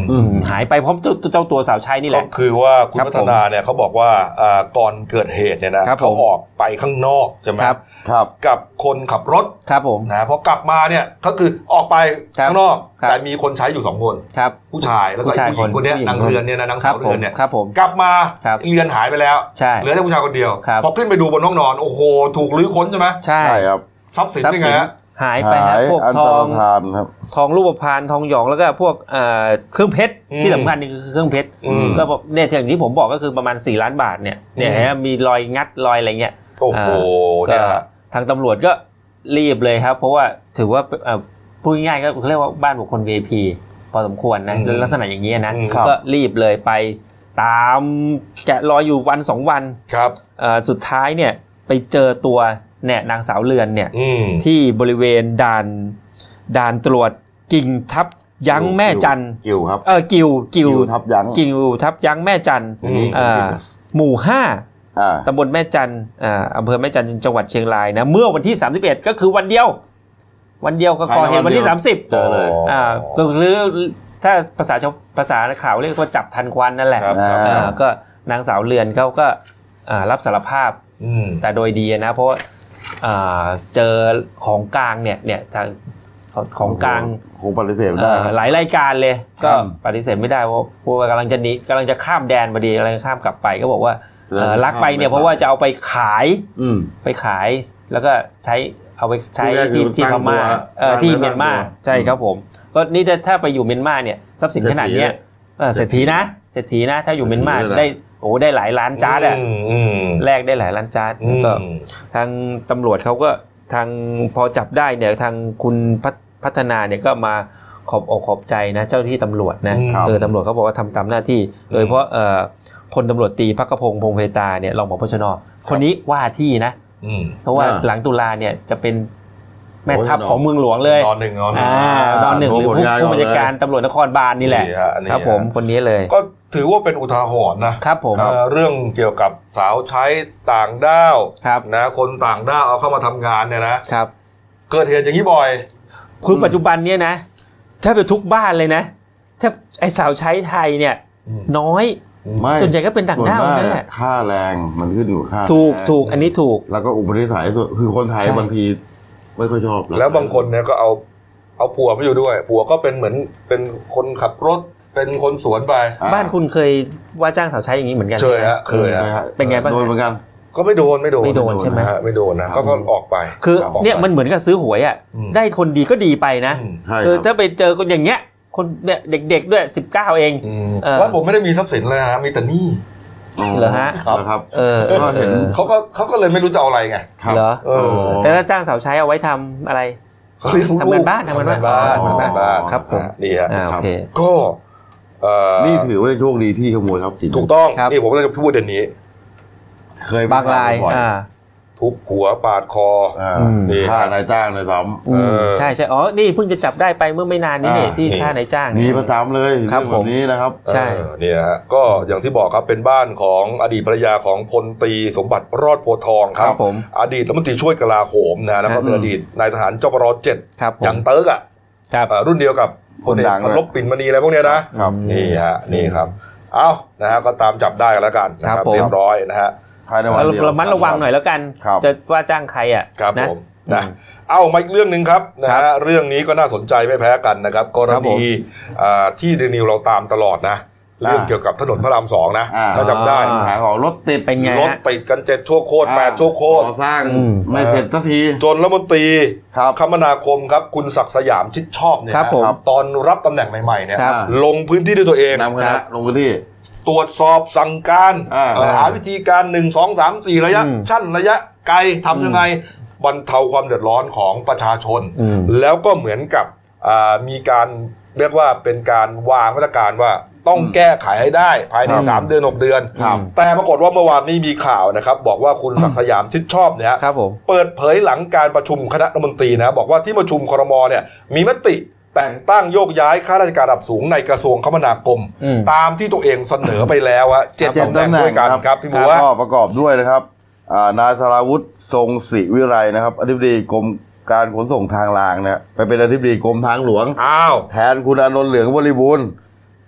หายไปพร้อมเจ้าเจ้าตัวสาวใช้นี่แหละก็คือว่าคุณพัฒนาเนี่ยเขาบอกว่าก่อนเกิดเหตุเนี่ยนะเขาออกไปข้างนอกใช่ไหมครับกับคนขับรถครับผมนะพอกลับมาเนี่ยก็คือออกไปข้างนอกแต่มีคนใช้อยู่สองคนผู้ชายแล้วก็ผู้หญิงคนนี้นางเรือนเนี่ยนะนางสาวเรือนเนี่ยกลับมาเรือนหายไปแล้วเหลือแต่ผู้ชายคนเดียวพอขึ้นไปดูบนห้องนอนโอ้โหถูกลื้อค้นใช่ไหมใช่ครับทรัพย์สินเป็นไงฮะหายไปฮะพวกทองทองรูปพรรณทองหยองแล้วก็พวกเครื่องเพชรที่สำคัญนี่คือเครื่องเพชรก็เนี่ยอย่างที่ผมบอกก็คือประมาณสี่ล้านบาทเนี่ยเนี่ยมีรอยงัดรอยอะไรเงี้ยโอ้โหก็ทางตำรวจก็รีบเลยครับเพราะว่าถือว่าพูดง่ายๆก็เขาเรียกว่าบ้านบุคคล วี ไอ พี พอสมควรนะลักษณะอย่างนี้นะก็รีบเลยไปตามแกะรอยอยู่วันสองวันครับสุดท้ายเนี่ยไปเจอตัวเนี่ยนางสาวเรือนเนี่ยที่บริเวณด่านด่านตรวจกิ่งทับยั้งแม่จันกิวครับเออกิวกิวทับยั้งกิวทับยั้งแม่จันหมู่ห้าตำบลแม่จันอำเภอแม่จันจังหวัดเชียงรายนะเมื่อวันที่สามสิบเอ็ดก็คือวันเดียววันเดียวก็ก่อเหตุวันที่สามสิบเจอเลยอ่าก็คือถ้าภาษาภาษาข่าวเรียกว่าจับทันควันนั่นแหละก็นางสาวเรือนเขาก็รับสารภาพแต่โดยดีนะเพราะเจอของกลางเนี่ยเนี่ยทางของกลางคงปฏิเสธไม่ได้หลายรายการเลยก็ปฏิเสธไม่ได้เพราะเพราะว่ากำลังจะหนีกำลังจะข้ามแดนพอดีกำลังจะข้ามกลับไปก็บอกว่าลักไปเนี่ยเพราะว่าจะเอาไปขายไปขายแล้วก็ใช้เอาไปใช้ที่ที่พม่าที่เมียนมาใช่ครับผมก็นี่ถ้าไปอยู่เมียนมาเนี่ยทรัพย์สินขนาดนี้เศรษฐีนะเศรษฐีนะถ้าอยู่เมียนมาได้โอ้ได้หลายล้านจาร์ดอ่ะแลกได้หลายล้านจาร์ดก็ทางตำรวจเขาก็ทางพอจับได้เนี่ยทางคุณพัฒนาเนี่ยก็มาขอบอกขอบใจนะเจ้าที่ตำรวจนะเออตำรวจเขาบอกว่าทำตามหน้าที่โดยเพราะพลตำรวจตีภักพงษ์พงษ์เพตาเนี่ยรองผบชน.คนนี้ว่าที่นะเพราะว่าหลังตุลาเนี่ยจะเป็นแม่ทัพของเมืองหลวงเลยนอนหนึ่งนอนหนึ่งนอนหนึ่งหรือผู้บัญชาการตำรวจนครบาลนี่แหละครับผมคนนี้เลยก็ถือว่าเป็นอุทาหรณ์นะครับผมเรื่องเกี่ยวกับสาวใช้ต่างด้าวนะคนต่างด้าวเอาเข้ามาทำงานเนี่ยนะครับเกิดเหตุอย่างนี้บ่อยคือปัจจุบันเนี่ยนะถ้าเป็นทุกบ้านเลยนะถ้าไอ้สาวใช้ไทยเนี่ยน้อยส่วนใหญ่ก็เป็นต่างด้าวนั่นแหละค่าแรงมันขึ้นอยู่ค่าถูกถูกอันนี้ถูกแล้วก็อุปนิสัยคือคนไทยบางทีไม่ค่อยชอบแล้วบางคนเนี่ยก็เอาเอาผัวมาอยู่ด้วยผัวก็เป็นเหมือนเป็นคนขับรถเป็นคนสวนไปบ้านคุณเคยว่าจ้างสาวใช้อย่างนี้เหมือนกันเคยฮะเคยฮะเป็นไงบ้างโดนเหมือนกันก็ไม่โดนไม่โดนไม่โดนใช่ไหมไม่โดนนะก็ก็ออกไปคือเนี่ยมันเหมือนกับซื้อหวยอ่ะได้คนดีก็ดีไปนะคือถ้าไปเจอคนอย่างเงี้ยคนเนี่ยเด็กๆด้วยสิบเก้าเองว่าผมไม่ได้มีทรัพย์สินเลยนะมีแต่หนี้เหรอฮะครับเออเห็นเขาก็เขาก็เลยไม่รู้จะเอาอะไรไงเหรอแต่ถ้าจ้างสาวใช้เอาไว้ทำอะไรทำงานบ้านทำงานบ้านทำงานบ้านครับผมนี่ฮะโอเคก็นี่ถือว่าโชคดีที่ขโมยทรัพย์สินถูกต้องนี่ผมก็จะพูดเด่นนี้เคยบางรายทุบหัวปาดคอนี่ค่านายจ้างเลยซ้ำใช่ใช่อ๋อนี่เพิ่งจะจับได้ไปเมื่อไม่นานนี้เนี่ยที่ค่านายจ้างมีประจำเลยครับผมนี้นะครับใช่เนี่ยฮะก็อย่างที่บอกครับเป็นบ้านของอดีตภรรยาของพลตรีสมบัติรอดโพทองครับอดีตรัฐมนตรีช่วยกลาโหมนะแล้วก็เป็นอดีตนายทหารจปรเจ็ดอย่างเติร์กอ่ะรุ่นเดียวกับพลเอกพันลบปิ่นมณีอะไรพวกเนี้ยนะนี่ฮะนี่ครับเอ้านะฮะก็ตามจับได้กันแล้วกันนะครับเรียบร้อยนะฮะระมัดระวังหน่อยแล้วกันจะว่าจ้างใครอ่ะนะนะเอามาอีกเรื่องนึงครับนะฮะเรื่องนี้ก็น่าสนใจไม่แพ้กันนะครับกรณีที่เดนิวเราตามตลอดนะเรื่องเกี่ยวกับถนนพระรามสองนะเราจำได้หาของรถติดเป็นไงรถติดกันเจ็ดชั่วโคตรแปดชั่วโคตรสร้างไม่เสร็จสักทีจนรัฐมนตรีคมนาคมครับคุณศักดิ์สยามชิดชอบเนี่ยตอนรับตำแหน่งใหม่ๆเนี่ยลงพื้นที่ด้วยตัวเองนำคณะลงพื้นที่ตรวจสอบสั่งการหาวิธีการหนึ่ง สอง สาม สี่ระยะชั้นระยะไกลทำยังไงบรรเทาความเดือดร้อนของประชาชนแล้วก็เหมือนกับมีการเรียกว่าเป็นการวางมาตรการว่าต้องแก้ไขให้ได้ภายในสามเดือนหกเดือนแต่ปรากฏว่าเมื่อวานนี้มีข่าวนะครับบอกว่าคุณศักดิ์สยามชิดชอบเนี่ยเปิดเผยหลังการประชุมคณะรัฐมนตรีนะบอกว่าที่ประชุมครม.เนี่ยมีมติแต่งตั้งโยกย้ายข้าราชการระดับสูงในกระทรวงคมนาคมตามที่ตัวเองเสนอไปแล้วอะเจ็ดตำแหน่งด้วยกันครับพี่บัวก็ประกอบด้วยนะครับนายสราวุฒิทรงศิวิไลนะครับอธิบดีกรมการขนส่งทางรางเนี่ยไปเป็นอธิบดีกรมทางหลวงอ้าวแทนคุณอานนท์เหลืองบริบูรณ์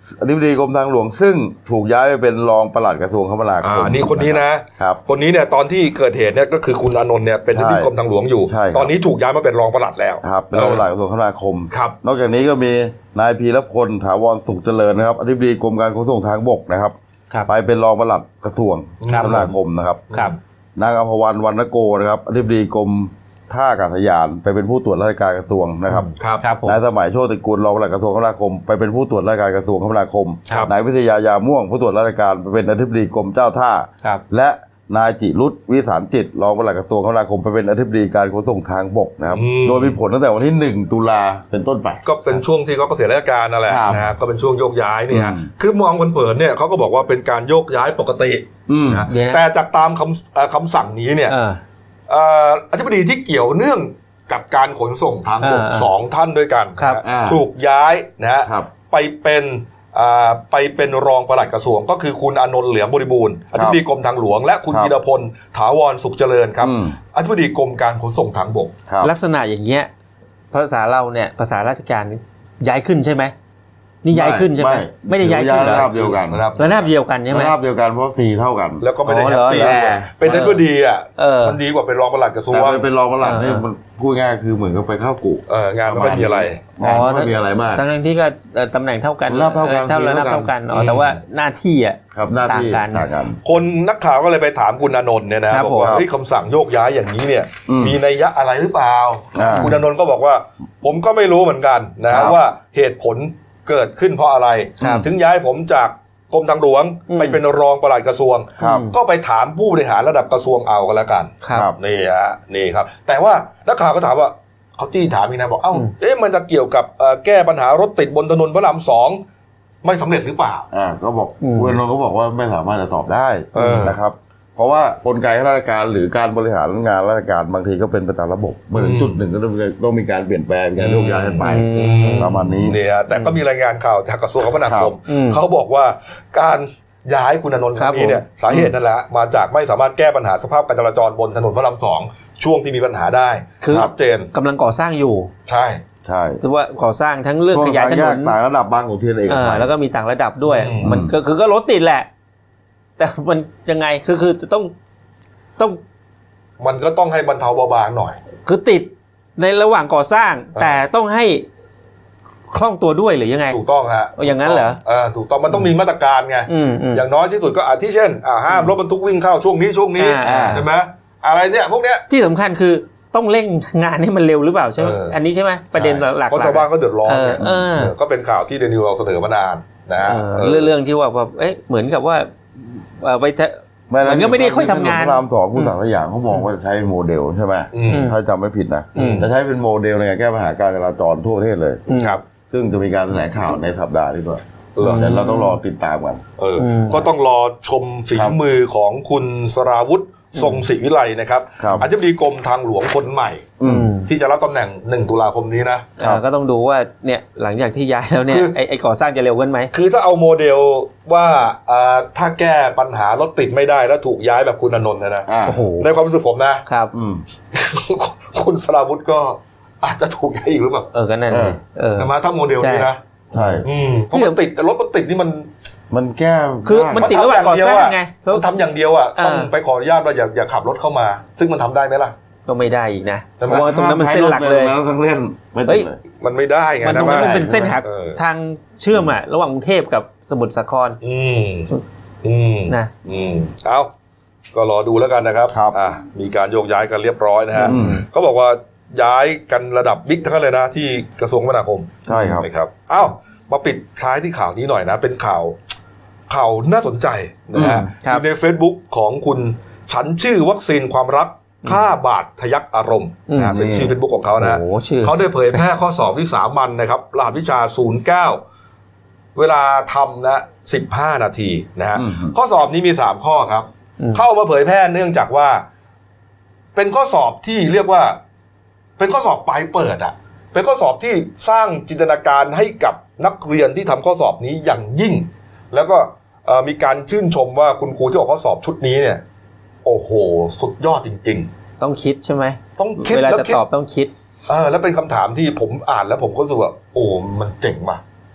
อธิบดีกรมทางหลวงซึ่งถูกย้ายไปเป็นรองปลัดกระทรวงคมนาคมนี่คนนี้นะครับคนนี้เนี่ยตอนที่เกิดเหตุเนี่ยก็คือคุณอานนท์เนี่ยเป็นอธิบดีกรมทางหลวงอยู่ตอนนี้ถูกย้ายมาเป็นรองปลัดแล้วครับเป็นรองปลัดกระทรวงคมนาคมครับนอกจากนี้ก็มีนายพีรพลถาวรสุขเจริญนะครับอธิบดีกรมการขนส่งทางบกนะครับไปเป็นรองปลัดกระทรวงคมนาคมนะครับนางอภวรรณวรรณโกนะครับอธิบดีกรมท่าอากาศยานไปเป็นผู้ตรวจราชการกระทรวงนะครับนายสมัยโชติกุลรองปลัดกระทรวงคมนาคมไปเป็นผู้ตรวจราชการกระทรวงคมนาคมนายวิทยายาม่วงผู้ตรวจราชการไปเป็นอธิบดีกรมเจ้าท่าและนายจิรุตวิสารจิตรองปลัดกระทรวงคมนาคมไปเป็นอธิบดีการขนส่งทางบกนะครับโดยมีผลตั้งแต่วันที่หนึ่งตุลาเป็นต้นไปก็เป็นช่วงที่เขาเกษียณราชการนั่นแหละนะฮะก็เป็นช่วงโยกย้ายนี่ฮะคือมองเผินๆเนี่ยเขาก็บอกว่าเป็นการโยกย้ายปกตินะแต่จากตามคำคำสั่งนี้เนี่ยอธิบดีที่เกี่ยวเนื่องกับการขนส่งทางบกสองท่านด้วยกันถูกย้ายนะฮะไปเป็นไปเป็นรองปลัดกระทรวงก็คือคุณอานนท์เหลืองบริบูรณ์อธิบดีกรมทางหลวงและคุณพีรพลถาวรสุขเจริญครับอธิบดีกรมการขนส่งทางบกลักษณะอย่างเงี้ยภาษาเราเนี่ยภาษาราชการย้ายขึ้นใช่ไหมนี่ย้ายขึ้นใช่ไหมไม่ได้ย้ายขึ้นระดับเดียวกันระดับเดียวกันใช่ไหมระดับเดียวกันเพราะฟรีเท่ากันแล้วก็ไม่ได้แฮปปี้เป็นอธิบดีอ่ะมันดีกว่าเป็นรองปลัดกระทรวงแต่เป็นรองปลัดนี่มันพูดง่ายคือเหมือนกับไปเข้ากุงานไม่มีอะไรงานไม่มีอะไรมากทั้งที่ก็ตำแหน่งเท่ากันเท่ากันเท่าระดับเท่ากันแต่ว่าหน้าที่อ่ะต่างกันคนนักข่าวก็เลยไปถามคุณอานนท์เนี่ยนะบอกว่าคำสั่งโยกย้ายอย่างนี้เนี่ยมีนัยยะอะไรหรือเปล่าคุณอานนท์ก็บอกว่าผมก็ไม่รู้เหมือนกันนะว่าเหตุผลเกิดขึ้นเพราะอะไรถึงย้ายผมจากกรมทางหลวงไปเป็นรองปลัดกระทรวงก็ไปถามผู้บริหารระดับกระทรวงเอากันแล้วกันนี่ฮะนี่ครับแต่ว่านักข่าวก็ถามว่าเขาจี้ถามอีกนะบอกเอ้าเอ๊ะมันจะเกี่ยวกับแก้ปัญหารถติดบนถนนพระรามสองไม่สำเร็จหรือเปล่าอ่าก็บอกคุณนนท์ก็บอกว่าไม่สามารถจะตอบได้นะครับเพราะว่ากลไกราชการหรือการบริหารงานราชการบางทีก็เป็นไปตามระบบเมื่อถึงจุดหนึ่งก็ต้องมีการเปลี่ยนแปลงการโยกย้ายกันไปประมาณนี้เนี่ยแต่ก็มีรายงานข่าวจากกระทรวงคมนาคมเขาบอกว่าการย้ายคุณอานนท์ครั้งนี้เนี่ยสาเหตุนั่นแหละมาจากไม่สามารถแก้ปัญหาสภาพการจราจรบนถนนพระรามสองช่วงที่มีปัญหาได้ชัดเจนกำลังก่อสร้างอยู่ใช่ใช่ถือว่าก่อสร้างทั้งเรื่องขยายถนนต่างระดับบางของที่เองแล้วก็มีต่างระดับด้วยมันก็คือก็รถติดแหละแต่มันยังไงคือคือจะต้องต้องมันก็ต้องให้บรรเทาเบาบางหน่อยคือติดในระหว่างก่อสร้างแต่ต้องให้คล่องตัวด้วยหรือยังไงถูกต้องฮะอย่างนั้นเหรอเออถูกต้องมันต้องมีมาตรการไงอย่างน้อยที่สุดก็อาทิเช่นห้ามรถบรรทุกวิ่งเข้าช่วงนี้ช่วงนี้ใช่ไหมอะไรเนี่ยพวกเนี้ยที่สำคัญคือต้องเร่งงานให้มันเร็วหรือเปล่าใช่ไหมอันนี้ใช่ไหมประเด็นหลักๆเพราะชาวบ้านก็เดือดร้อนก็เป็นข่าวที่เดนิวเราเสนอมานานนะเรื่องเรื่องที่ว่าแบบเอ๊ะเหมือนกับว่าไปมันก็ไม่ได้ค่อยทำงานพระรามสองผู้สั่งทุกอย่างเขามองว่าจะใช้โมเดลใช่ไหมถ้าจำไม่ผิดนะจะใช้เป็นโมเดลในการแก้ปัญหาการจราจรทั่วประเทศเลยครับซึ่งจะมีการแถลงข่าวในสัปดาห์นี้ด้วยแต่เราต้องรอติดตามกันเออก็ต้องรอชมฝีมือของคุณสราวุธทรงศิวิไลนะครับอธิบดีกรมทางหลวงคนใหม่ที่จะรับตำแหน่งหนึ่งตุลาคมนี้นะก็ต้องดูว่าเนี่ยหลังจากที่ย้ายแล้วเนี่ยไอ้ก่อสร้างจะเร็วขึ้นไหมคือถ้าเอาโมเดลว่าถ้าแก้ปัญหารถติดไม่ได้แล้วถูกย้ายแบบคุณอานนท์นะในความรู้สึกผมนะครับคุณสราวุธก็อาจจะถูกย้ายอีกหรือเปล่าเออก็นั่นเลยแต่มาถ้าโมเดลนี้นะใช่เพราะมันติดรถมันติดนี่มันมันแก้คือมันติดระหว่างก่อสร้างไงมันทำอย่างเดียวอ่ะต้องไปขออนุญาตว่าอย่าอย่าขับรถเข้ามาซึ่งมันทำได้ไหมล่ะก็ไม่ได้อีกนะเพราะว่าตรงนั้นมันเส้นหลักเลยทั้งเส้นเฮ้ยมันไม่ได้ไงมันตรงนั้นมันเป็นเส้นหักทางเชื่อมอ่ะระหว่างกรุงเทพกับสมุทรสาครอืมอืมนะอืมเอาก็รอดูแล้วกันนะครับอ่ะมีการโยกย้ายกันเรียบร้อยนะฮะเขาบอกว่าย้ายกันระดับบิ๊กทั้งนั้นเลยนะที่กระทรวงคมนาคมใช่ครับนะครับเอ้ามาปิดท้ายที่ข่าวนี้หน่อยนะเป็นข่าวข่าวน่าสนใจนะฮะอยู่ใน Facebook ของคุณฉันชื่อวัคซีนความรักฆ่าบาดทะยักอารมณ์นะเป็นชื่อ Facebook ของเขานะเขาได้เผยแพร่ข้อสอบวิสามัญนะครับรหัสวิชาศูนย์เก้าเวลาทำนะสิบห้านาทีนะฮะข้อสอบนี้มีสามข้อครับเข้ามาเผยแพร่เนื่องจากว่าเป็นข้อสอบที่เรียกว่าเป็นข้อสอบปลายเปิดอ่ะเป็นข้อสอบที่สร้างจินตนาการให้กับนักเรียนที่ทำข้อสอบนี้อย่างยิ่งแล้วก็มีการชื่นชมว่าคุณครูที่ออกข้อสอบชุดนี้เนี่ยโอ้โหสุดยอดจริงๆต้องคิดใช่ไหมต้องคิดเวลาจะตอบต้องคิดเออแล้วเป็นคำถามที่ผมอ่านแล้วผมก็รู้สึกว่าโอ้มันเจ๋งว่ะ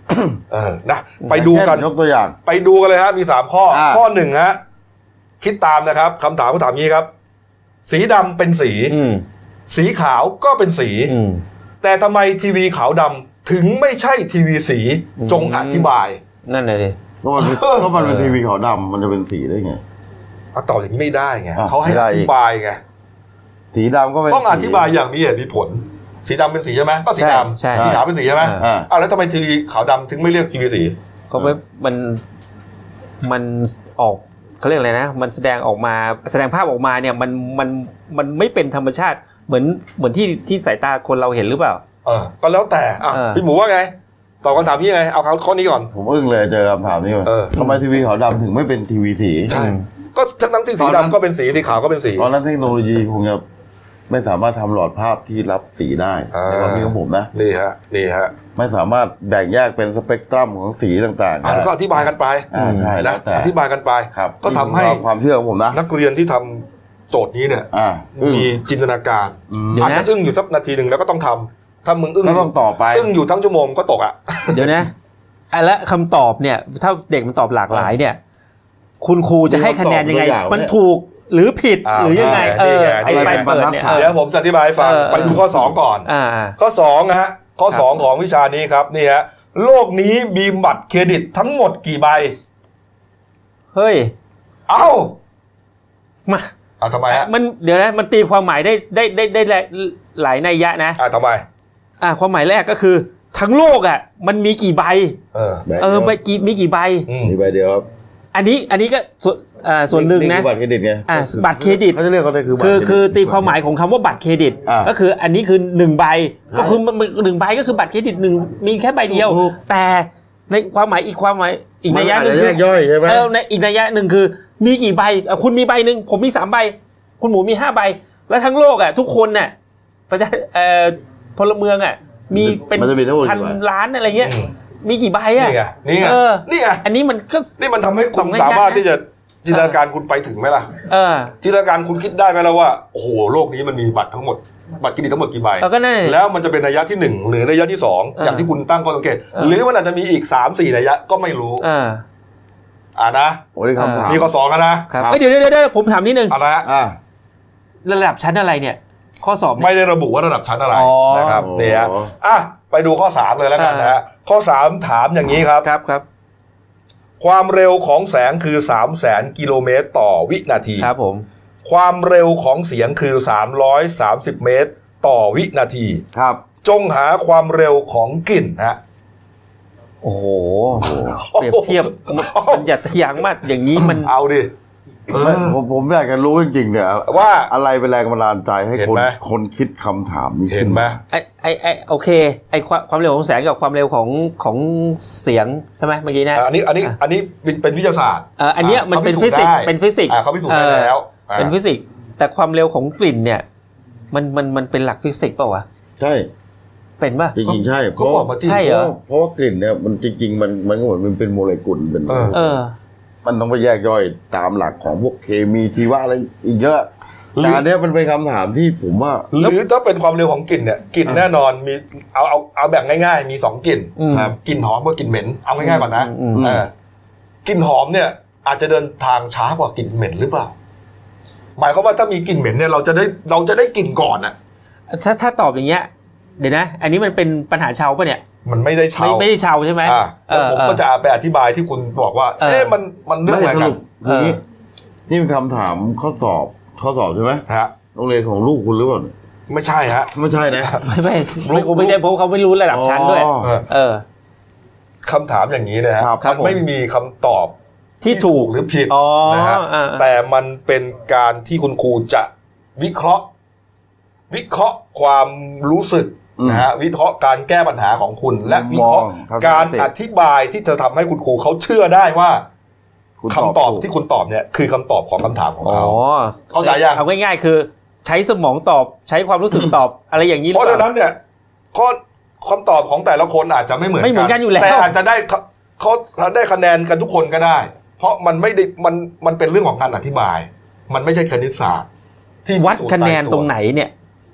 เออนะไปดูกันยกตัวอย่างไปดูกันเลยฮะมีสามข้อข้อหนึ่งฮะคิดตามนะครับคำถามเขาถามงี้ครับสีดำเป็นสีสีขาวก็เป็นสีแต่ทำไมทีวีขาวดำถึงไม่ใช่ทีวีสีจงอธิบายนั่นเลยดิเพราะมันเพราะมันเป็นทีวีขาวดำมันจะเป็นสีได้ไงเอาตอบอย่างนี้ไม่ได้ไงเขาให้อธิบายไงสีดำก็เป็นต้องอธิบายอย่างมีเหตุมีผลสีดำเป็นสีใช่ไหมก็สีดำสีขาวเป็นสีใช่ไหมอ้าวแล้วทำไมทีวีขาวดำถึงไม่เรียกทีวีสีก็ไม่มันมันออกเขาเรียกอะไรนะมันแสดงออกมาแสดงภาพออกมาเนี่ยมันมันมันไม่เป็นธรรมชาติเหมือนเหมือนที่ที่สายตาคนเราเห็นหรือเปล่าเออก็แล้วแต่อ่ะพี่หมูว่าไงตอบคำถามพี่ไงเอาข้อนี้ก่อนผมอึ้งเลยเจอคำถามนี้ว่าทำไมทีวีขาวดำถึงไม่เป็นทีวีสีใช่ก็ทั้งที่สีดำก็เป็นสีสีขาวก็เป็นสีตอนนั้นเทคโนโลยีคงจะไม่สามารถทำหลอดภาพที่รับสีได้ในความคิดของผมนะนี่ฮะนี่ฮะไม่สามารถแบ่งแยกเป็นสเปกตรัมของสีต่างๆก็อธิบายกันไปใช่นะอธิบายกันไปก็ทำให้ความเชื่อของผมนะนักเรียนที่ทำโจทย์นี้เนี่ยมีจินตนาการอาจจะอึ้งอยู่สักนาทีหนึ่งแล้วก็ต้องทำถ้ามึงอึ้งก็ต้องต่อไปอึ้งอยู่ทั้งชั่วโมงก็ตกอ่ะเดี๋ยวนะแล้วคำตอบเนี่ยถ้าเด็กมันตอบหลากหลายเนี่ยคุณครูจะให้คะแนนยังไงมันถูกหรือผิดหรือยังไงเออไอ้ใบเปิดเนี่ยเดี๋ยวผมจะอธิบายให้ฟังไปดูข้อสองก่อนข้อสองนะฮะข้อสองของวิชานี้ครับนี่ฮะโลกนี้มีบัตรเครดิตทั้งหมดกี่ใบเฮ้ยเอ้ามาอ่ะทำไมฮะมันเดี๋ยวนะมันตีความหมายได้ได้ได้ได้หลายนัยยะนะอ่ะทำไมอ่ะความหมายแรกก็คือทั้งโลกอ่ะมันมีกี่ใบเออเออไปกี่มีกี่ใบมีใบเดียวครับอันนี้อันนี้ก็ส่วนอ่าส่วนหนึ่งนะบัตรเครดิตไงอ่าบัตรเครดิตเขาจะเรียกเขาได้คือคือคือตีความหมายของคำว่าบัตรเครดิตก็คืออันนี้คือหนึ่งใบก็คือหนึ่งใบก็คือบัตรเครดิตหนึ่งมีแค่ใบเดียวแต่ในความหมายอีกความหมายอีกนัยยะหนึ่งคือแยกย่อยใช่ไหมเออในอีกนัยยะหนึ่งคือมีกี่ใบคุณมีใบหนึ่งผมมีสามใบคุณหมูมีห้าใบแล้วทั้งโลกอ่ะทุกคนน่ะประชาเอ่อพลเมืองอ่ะมีเป็นพันล้านอะไรเงี้ยมีกี่ใบอ่ะนี่ไงนี่ไงนี่ไงอันนี้มันก็นี่มันทำให้คุณสามารถที่จะจินตนาการคุณไปถึงไหมล่ะเออจินตนาการคุณคิดได้ไหมล่ะว่าโอ้โหโลกนี้มันมีบัตรทั้งหมดบัตรเครดิตทั้งหมดกี่ใบแล้วมันจะเป็นนัยยะที่หนึ่งหรือนัยยะที่สองอย่างที่คุณตั้งข้อสังเกตหรือมันอาจจะมีอีกสามสี่นัยยะก็ไม่รู้อ่านะโอ้ยคำถามมีข้อสองนะครับเดี๋ยวเดี๋ยวเดี๋ยวผมถามนิดนึงอะไรอ่าระดับชั้นอะไรเนี่ยข้อสอบไม่ได้ระบุว่าระดับชั้นอะไรนะครับเนี่ยอ่ะไปดูข้อสามเลยแล้วกันนะฮะข้อสามถามอย่างนี้ครับครับครับความเร็วของแสงคือ สามแสน กิโลเมตรต่อวินาทีครับผมความเร็วของเสียงคือสามร้อยสามสิบเมตรต่อวินาทีครับจงหาความเร็วของกลิ่นฮะโอ้โหเปรียบเทียบมันหยัดทะยานมากอย่างนี้มันเอาดิผมผมอยากจะรู้จริงๆเนี่ยว่าอะไรเป็นแรงบันดาลใจให้คนคนคิดคำถามนี้เห็นไหมไอไอไอโอเคไอความความเร็วของแสงกับความเร็วของของเสียงใช่ไหมเมื่อกี้นะอันนี้อันนี้อันนี้เป็นวิทยาศาสตร์เอออันนี้มันเป็นฟิสิกส์เป็นฟิสิกส์เขาพิสูจน์ได้แล้วเป็นฟิสิกส์แต่ความเร็วของกลิ่นเนี่ยมันมันมันเป็นหลักฟิสิกส์เปล่าวะใช่เป็นป่ะจริงๆใช่เพราะใช่เหรอเพราะว่ากลิ่นเนี่ยมันจริงๆมันมันก็เหมือนมันเป็นโมเลกุลเป็นเออมันต้องไปแยกย่อยตามหลักของพวกเคมีชีวะอะไรอีกเยอะแต่อันนี้มันเป็นคำถามที่ผมว่าหรือถ้าเป็นความเร็วของกลิ่นเนี่ยกลิ่นแน่นอนมีเอาเอาเอาแบบง่ายๆมีสองกลิ่นครับกลิ่นหอมกับกลิ่นเหม็นเอาง่ายๆก่อนนะเออกลิ่นหอมเนี่ยอาจจะเดินทางช้ากว่ากลิ่นเหม็นหรือเปล่าหมายความว่าถ้ามีกลิ่นเหม็นเนี่ยเราจะได้เราจะได้กลิ่นก่อนอ่ะถ้าถ้าตอบอย่างเงี้ยเดี๋ยวนะอันนี้มันเป็นปัญหาชาวป่ะเนี่ยมันไม่ได้เช่าไม่ได้เช่าใช่ไหมผมก็จะไปอธิบายที่คุณบอกว่าเอ๊ะมันมันเรื่องอะไรกันนี่นี่เป็นคำถามข้อสอบข้อสอบใช่ไหมฮะโรงเรียนของลูกคุณหรือเปล่าไม่ใช่ฮะไม่ใช่นะไม่ไม่ไม่ใช่เพราะเขาไม่รู้ระดับชั้นด้วยเออคำถามอย่างนี้นะฮะมันไม่มีคำตอบที่ถูกหรือผิดนะฮะแต่มันเป็นการที่คุณครูจะวิเคราะห์วิเคราะห์ความรู้สึกนะฮะวิเคราะห์การแก้ปัญหาของคุณและวิเคราะห์การอธิบายที่จะทำให้คุณครูเขาเชื่อได้ว่าคำตอบที่คุณตอบเนี่ยคือคำตอบของคำถามของเขาเข้าใจยังเอาง่ายๆคือใช้สมองตอบใช้ความรู้สึกตอบอะไรอย่างนี้เพราะฉะนั้นเนี่ยข้อคำตอบของแต่ละคนอาจจะไม่เหมือนไม่เหมือนกันอยู่แล้วแต่อาจจะได้เขาได้คะแนนกันทุกคนก็ได้เพราะมันไม่ได้มันมันเป็นเรื่องของการอธิบายมันไม่ใช่คณิตศาสตร์ที่วัดคะแนนตรงไหนเนี่ย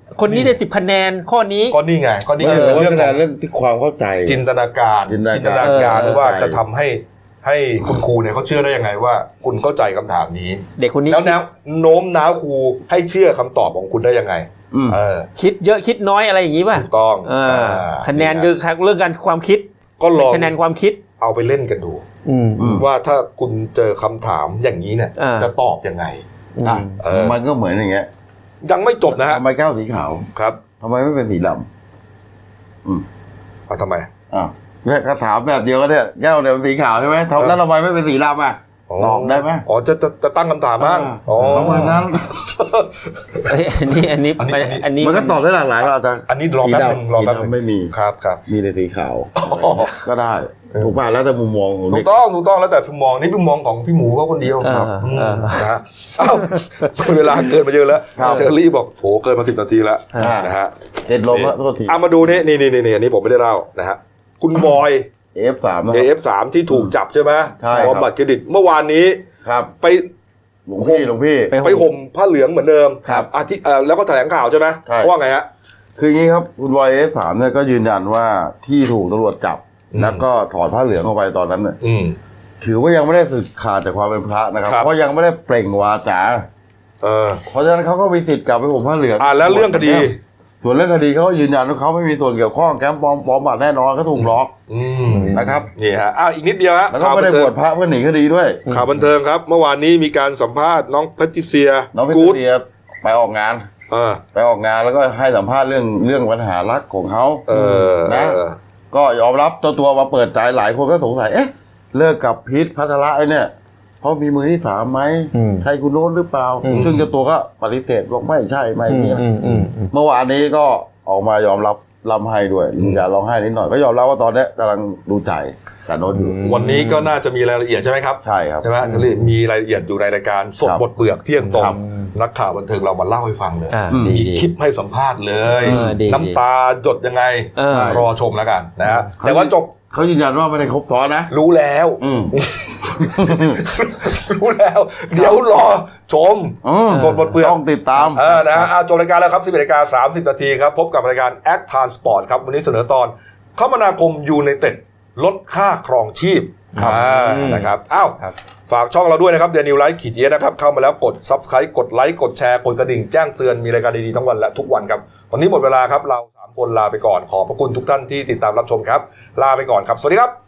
คนนี้ได้สิบคะแนนข้อนี้ก็นี่ไงก็นี่คือเรื่องเรื่องที่ความเข้าใจจินตนาการจินตนาการว่าจะทำให้ให้คุณครูเนี่ยเขาเชื่อได้ยังไงว่าคุณเข้าใจคำถามนี้เด็กคนนี้แล้วแนวโน้มน้าวครูให้เชื่อคำตอบของคุณได้ยังไงเออคิดเยอะคิดน้อยอะไรอย่างนี้ป่ะถูกต้องคะแนนคือเรื่องการความคิดก็ลองคะแนนความคิดเอาไปเล่นกันดูว่าถ้าคุณเจอคำถามอย่างนี้เนี่ยจะตอบยังไงมันก็เหมือนอย่างเงี้ยยังไม่จบนะฮะทำไมแก้วสีขาวครับทำไมไม่เป็นสีดำอืมทำไมอ้าวเนี่ยคำถามแบบเดียวกันเนี่ยแก้วเนี่ยเป็นสีขาวใช่ไหมแล้วทำไมไม่เป็นสีดำอ่ะตอบได้ไหมอ๋อจะจะจะตั้งคำถามมั้งอ๋อประมาณนั้นอันนี้อันนี้อันนี้มันก็ตอบได้หลากหลายอาจารย์อันนี้รอแป๊บนึงรอแป๊บนึงไม่มีครับครับมีในสีขาวก็ได้ถูกป่ะแล้วแต่มุมมองถูกต้องถูกต้องแล้วแต่มุมมองนี่มุมมองของพี่หมูเขาคนเดียวครับนะฮะอ้าวเวลาเกินมาเยอะแล้วเชอรี่บอกโหเกินมาสิบนาทีแล้วนะฮะเด็ดลมแล้วโทษทีเอามาดูนี่นี่นี่นี่อันนี้ผมไม่ได้เล่านะฮะคุณบอยเอ เอฟ สามเอ เอฟ สาม ที่ถูกจับใช่ไหมพร้อมบัตรเครดิตเมื่อวานนี้ไปหลวงพี่หลวงพี่ไปห่มผ้าเหลืองเหมือนเดิมอาทิแล้วก็แถลงข่าวใช่ไหมว่าไงฮะคืออย่างนี้ครับคุณบอย เอ เอฟ สาม เนี่ยก็ยืนยันว่าที่ถูกตำรวจจับแล้วก็ถอดผ้าเหลืองออกไปตอนนั้นเนี่ยถือว่ายังไม่ได้สึกขาดจากความเป็นพระนะครับเพราะยังไม่ได้เปล่งวาจาเพราะฉะนั้นเขาก็มีสิทธิ์กลับไปห่มผ้าเหลืองอ่าแล้วเรื่องคดีส่วนเรื่องคดีเขายืนยันว่าเขาไม่มีส่วนเกี่ยวข้องแก๊งปลอมปลอมบัตรแน่นอนเขาถูกล็อกนะครับนี่ฮะอ้าวอีกนิดเดียวฮะแล้วก็ไม่ได้บวชพระเพื่อหนีคดีด้วยข่าวบันเทิงครับเมื่อวานนี้มีการสัมภาษณ์น้องแพทริเซียน้องแพทริเซียไปออกงานไปออกงานแล้วก็ให้สัมภาษณ์เรื่องเรื่องปัญหารักของเขานะก็ยอมรับตัวตัวมาเปิดใจหลายคนก็สงสัยเอ๊ะเลิกกับพีทพัทระไอ้เนี่ยเพราะมีมือที่สามไหมใช่คุณโน้ตหรือเปล่าซึ่งเจ้าตัวก็ปฏิเสธบอกไม่ใช่ไม่นี่เมื่อวานนี้ก็ออกมายอมรับรำไห้ด้วยอย่าร้องไห้นิดหน่อยก็ยอมรับว่าตอนนี้กำลังดูใจกับโน้ตอยู่วันนี้ก็น่าจะมีรายละเอียดใช่ไหมครับใช่ครับใช่ไหมมีรายละเอียดอยู่ในรายการสดบทเปลือกเที่ยงตรงนักข่าวบันเทิงเรามาเล่าให้ฟังเลยมีคลิปให้สัมภาษณ์เลยน้ำตาหยดยังไงรอชมแล้วกันนะฮะแต่ว่าจบเขายืนยันว่าไม่ได้ครบซ้อนนะรู้แล้วรู้แล้วเดี๋ยวรอชมสดบทเปลือกต้องติดตามเออนะฮะจบรายการแล้วครับสิบเอ็ดนาฬิกาสามสิบนาทีครับพบกับรายการ Act Time Sport ครับวันนี้เสนอตอนคมนาคมยูไนเต็ดลดค่าครองชีพนะครับอ้าวฝากช่องเราด้วยนะครับเดนิวไลฟ์ขีดเอนะครับเข้ามาแล้วกด Subscribe กดไลค์กดแชร์กดกระดิ่งแจ้งเตือนมีรายการดีๆทั้งวันและทุกวันครับวันนี้หมดเวลาครับเราสามคนลาไปก่อนขอบพระคุณทุกท่านที่ติดตามรับชมครับลาไปก่อนครับสวัสดีครับ